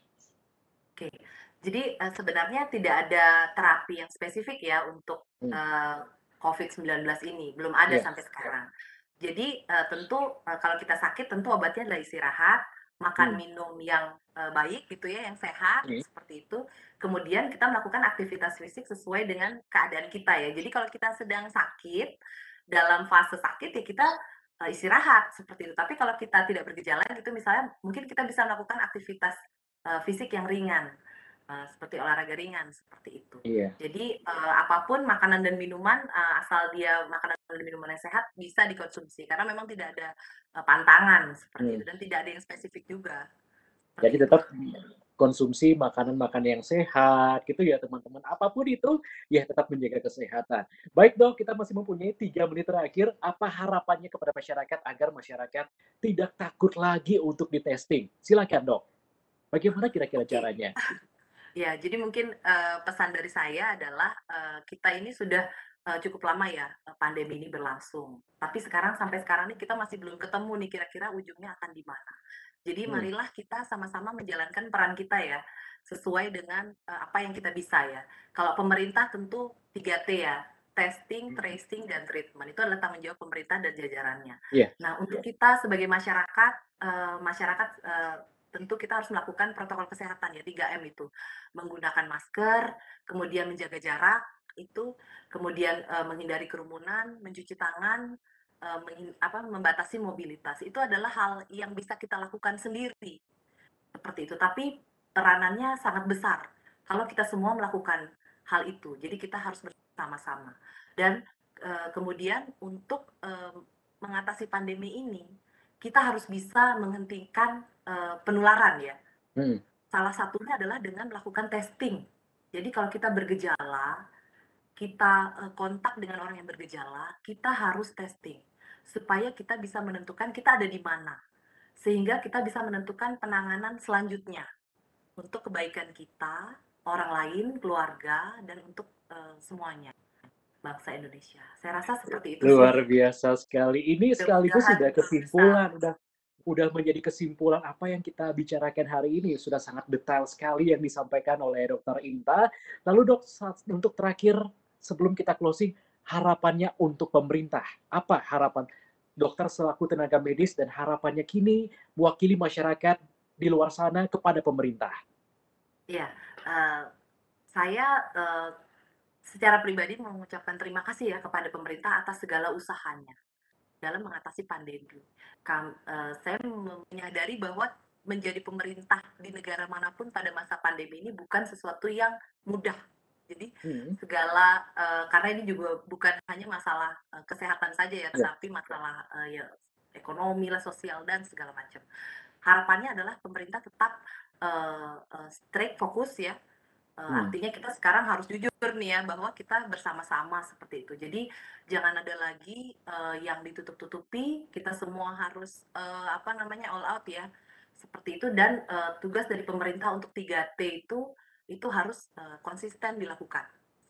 Oke. Jadi, eee, sebenarnya tidak ada terapi yang spesifik ya untuk, Hmm, eee, covid sembilan belas ini, belum ada iya, sampai sekarang. Jadi, eee, tentu, eee, kalau kita sakit tentu obatnya adalah istirahat, makan hmm, minum yang, eee, baik gitu ya, yang sehat, mhm, seperti itu. Kemudian kita melakukan aktivitas fisik sesuai dengan keadaan kita ya. Jadi kalau kita sedang sakit, dalam fase sakit ya kita, eee, istirahat, seperti itu. Tapi kalau kita tidak bergejala gitu misalnya, mungkin kita bisa melakukan aktivitas, eee, fisik yang ringan. Eee, seperti olahraga ringan, seperti itu. iya, Jadi, eee, apapun makanan dan minuman, eee, asal dia makanan dan minuman yang sehat bisa dikonsumsi, karena memang tidak ada, eee, pantangan seperti mmm. itu dan tidak ada yang spesifik juga, Jadi seperti itu. tetap konsumsi makanan-makanan yang sehat gitu ya teman-teman, apapun itu ya tetap menjaga kesehatan. Baik Dok, kita masih mempunyai tiga menit terakhir, apa harapannya kepada masyarakat agar masyarakat tidak takut lagi untuk di-testing? Silakan Dok, bagaimana kira-kira Oke. caranya? Ya, jadi mungkin, eee, pesan dari saya adalah, eee, kita ini sudah, eee, cukup lama ya, eee, pandemi ini berlangsung. Tapi sekarang sampai sekarang nih kita masih belum ketemu nih kira-kira ujungnya akan di mana. Jadi Mmm, marilah kita sama-sama menjalankan peran kita ya, sesuai dengan, eee, apa yang kita bisa ya. Kalau pemerintah tentu tiga T ya, testing, mhm, tracing, dan treatment. Itu adalah tanggung jawab pemerintah dan jajarannya. iya, Nah, untuk kita sebagai masyarakat, eee, masyarakat, eee, tentu kita harus melakukan protokol kesehatan ya, tiga M itu. Menggunakan masker, kemudian menjaga jarak itu, kemudian, eee, menghindari kerumunan, mencuci tangan, eee, menghin apa, membatasi mobilitas. Itu adalah hal yang bisa kita lakukan sendiri, seperti itu. Tapi peranannya sangat besar kalau kita semua melakukan hal itu. Jadi kita harus bersama-sama. Dan, eee, kemudian untuk, eee, mengatasi pandemi ini, kita harus bisa menghentikan, eee, penularan ya. mhm, Salah satunya adalah dengan melakukan testing. Jadi kalau kita bergejala, kita eh, kontak dengan orang yang bergejala, kita harus testing supaya kita bisa menentukan kita ada di mana. Sehingga kita bisa menentukan penanganan selanjutnya untuk kebaikan kita, orang lain, keluarga, dan untuk uh, semuanya bangsa Indonesia. Saya rasa seperti itu sih. luar biasa sekali. Ini sekaligus Mudah-mudahan sudah uh, bisa. kesimpulan, udah udah menjadi kesimpulan apa yang kita bicarakan hari ini. Sudah sangat detail sekali yang disampaikan oleh Dokter Inta. Lalu Dok, saat untuk terakhir sebelum kita closing, harapannya untuk pemerintah. Apa harapan dokter selaku tenaga medis dan harapannya kini mewakili masyarakat di luar sana kepada pemerintah? Ya, uh, saya uh, secara pribadi mengucapkan terima kasih ya kepada pemerintah atas segala usahanya dalam mengatasi pandemi. Kam, uh, saya menyadari bahwa menjadi pemerintah di negara manapun pada masa pandemi ini bukan sesuatu yang mudah. Jadi Hmm, segala uh, karena ini juga bukan hanya masalah uh, kesehatan saja ya, ya, tetapi masalah uh, ya ekonomi lah, sosial dan segala macam. Harapannya adalah pemerintah tetap uh, uh, straight fokus ya. Uh, hmm. artinya kita sekarang harus jujur nih ya bahwa kita bersama-sama seperti itu. Jadi jangan ada lagi uh, yang ditutup-tutupi. Kita semua harus uh, apa namanya all out ya seperti itu. Dan uh, tugas dari pemerintah untuk tiga T itu itu harus uh, konsisten dilakukan.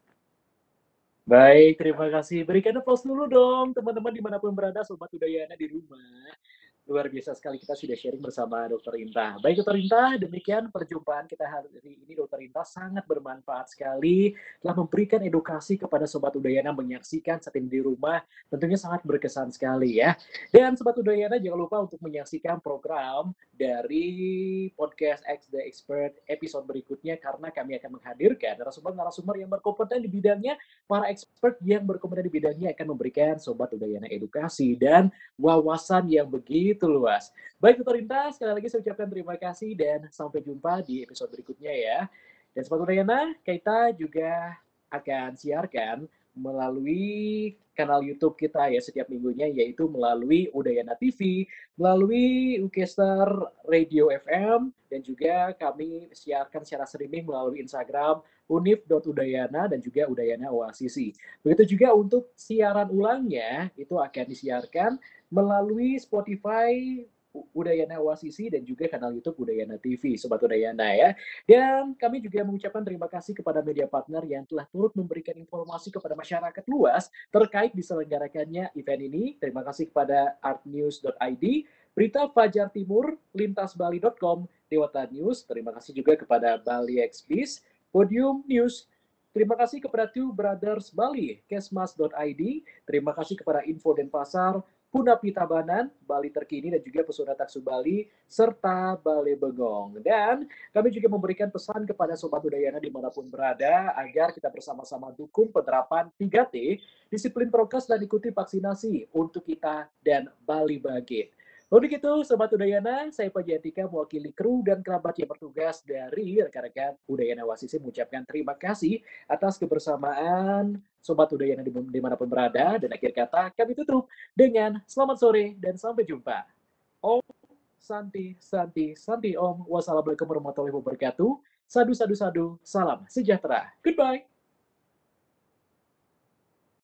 Baik, terima kasih. Berikan applause dulu dong, teman-teman dimanapun berada, Sobat Udayana di rumah. Luar biasa sekali kita sudah sharing bersama Dokter Inta. Baik Dokter Inta, demikian perjumpaan kita hari ini. Dokter Inta sangat bermanfaat sekali, telah memberikan edukasi kepada Sobat Udayana menyaksikan saat ini di rumah, tentunya sangat berkesan sekali ya. Dan Sobat Udayana jangan lupa untuk menyaksikan program dari podcast X The Expert episode berikutnya, karena kami akan menghadirkan narasumber-narasumber yang berkompeten di bidangnya. Para expert yang berkompeten di bidangnya akan memberikan Sobat Udayana edukasi dan wawasan yang begitu luas. Baik, Dokter Inta, sekali lagi saya ucapkan terima kasih dan sampai jumpa di episode berikutnya ya. Dan Sobat Udayana, kita juga akan siarkan melalui kanal YouTube kita ya setiap minggunya, yaitu melalui Udayana T V, melalui Ukestar Radio F M, dan juga kami siarkan secara streaming melalui Instagram univ dot udayana dan juga Udayana O A S I S I. Begitu juga untuk siaran ulangnya, itu akan disiarkan melalui Spotify Udayana O A S I S I dan juga kanal YouTube Udayana T V, Sobat Udayana ya. Dan kami juga mengucapkan terima kasih kepada media partner yang telah turut memberikan informasi kepada masyarakat luas terkait diselenggarakannya event ini. Terima kasih kepada artnews dot i d, Berita Fajar Timur, lintas bali dot com, Dewata News. Terima kasih juga kepada Bali Express, Podium News. Terima kasih kepada Two Brothers Bali, kesmas dot i d. Terima kasih kepada Info Denpasar, Punapi Tabanan, Bali Terkini, dan juga Pesona Taksu Bali, serta Bale Bengong. Dan kami juga memberikan pesan kepada Sobat Udayana dimanapun berada, agar kita bersama-sama dukung penerapan tiga T, disiplin prokes dan ikuti vaksinasi untuk kita dan Bali Bangkit. Untuk itu, Sobat Udayana, saya Pajatika mewakili kru dan kerabat yang bertugas dari rekan-rekan Udayana O A S I S I mengucapkan terima kasih atas kebersamaan Sobat Udayana dimanapun berada. Dan akhir kata, kami tutup dengan selamat sore dan sampai jumpa. Om Santi, Santi, Santi Om. Wassalamualaikum warahmatullahi wabarakatuh. Sadu, sadu, sadu. Salam sejahtera. Goodbye.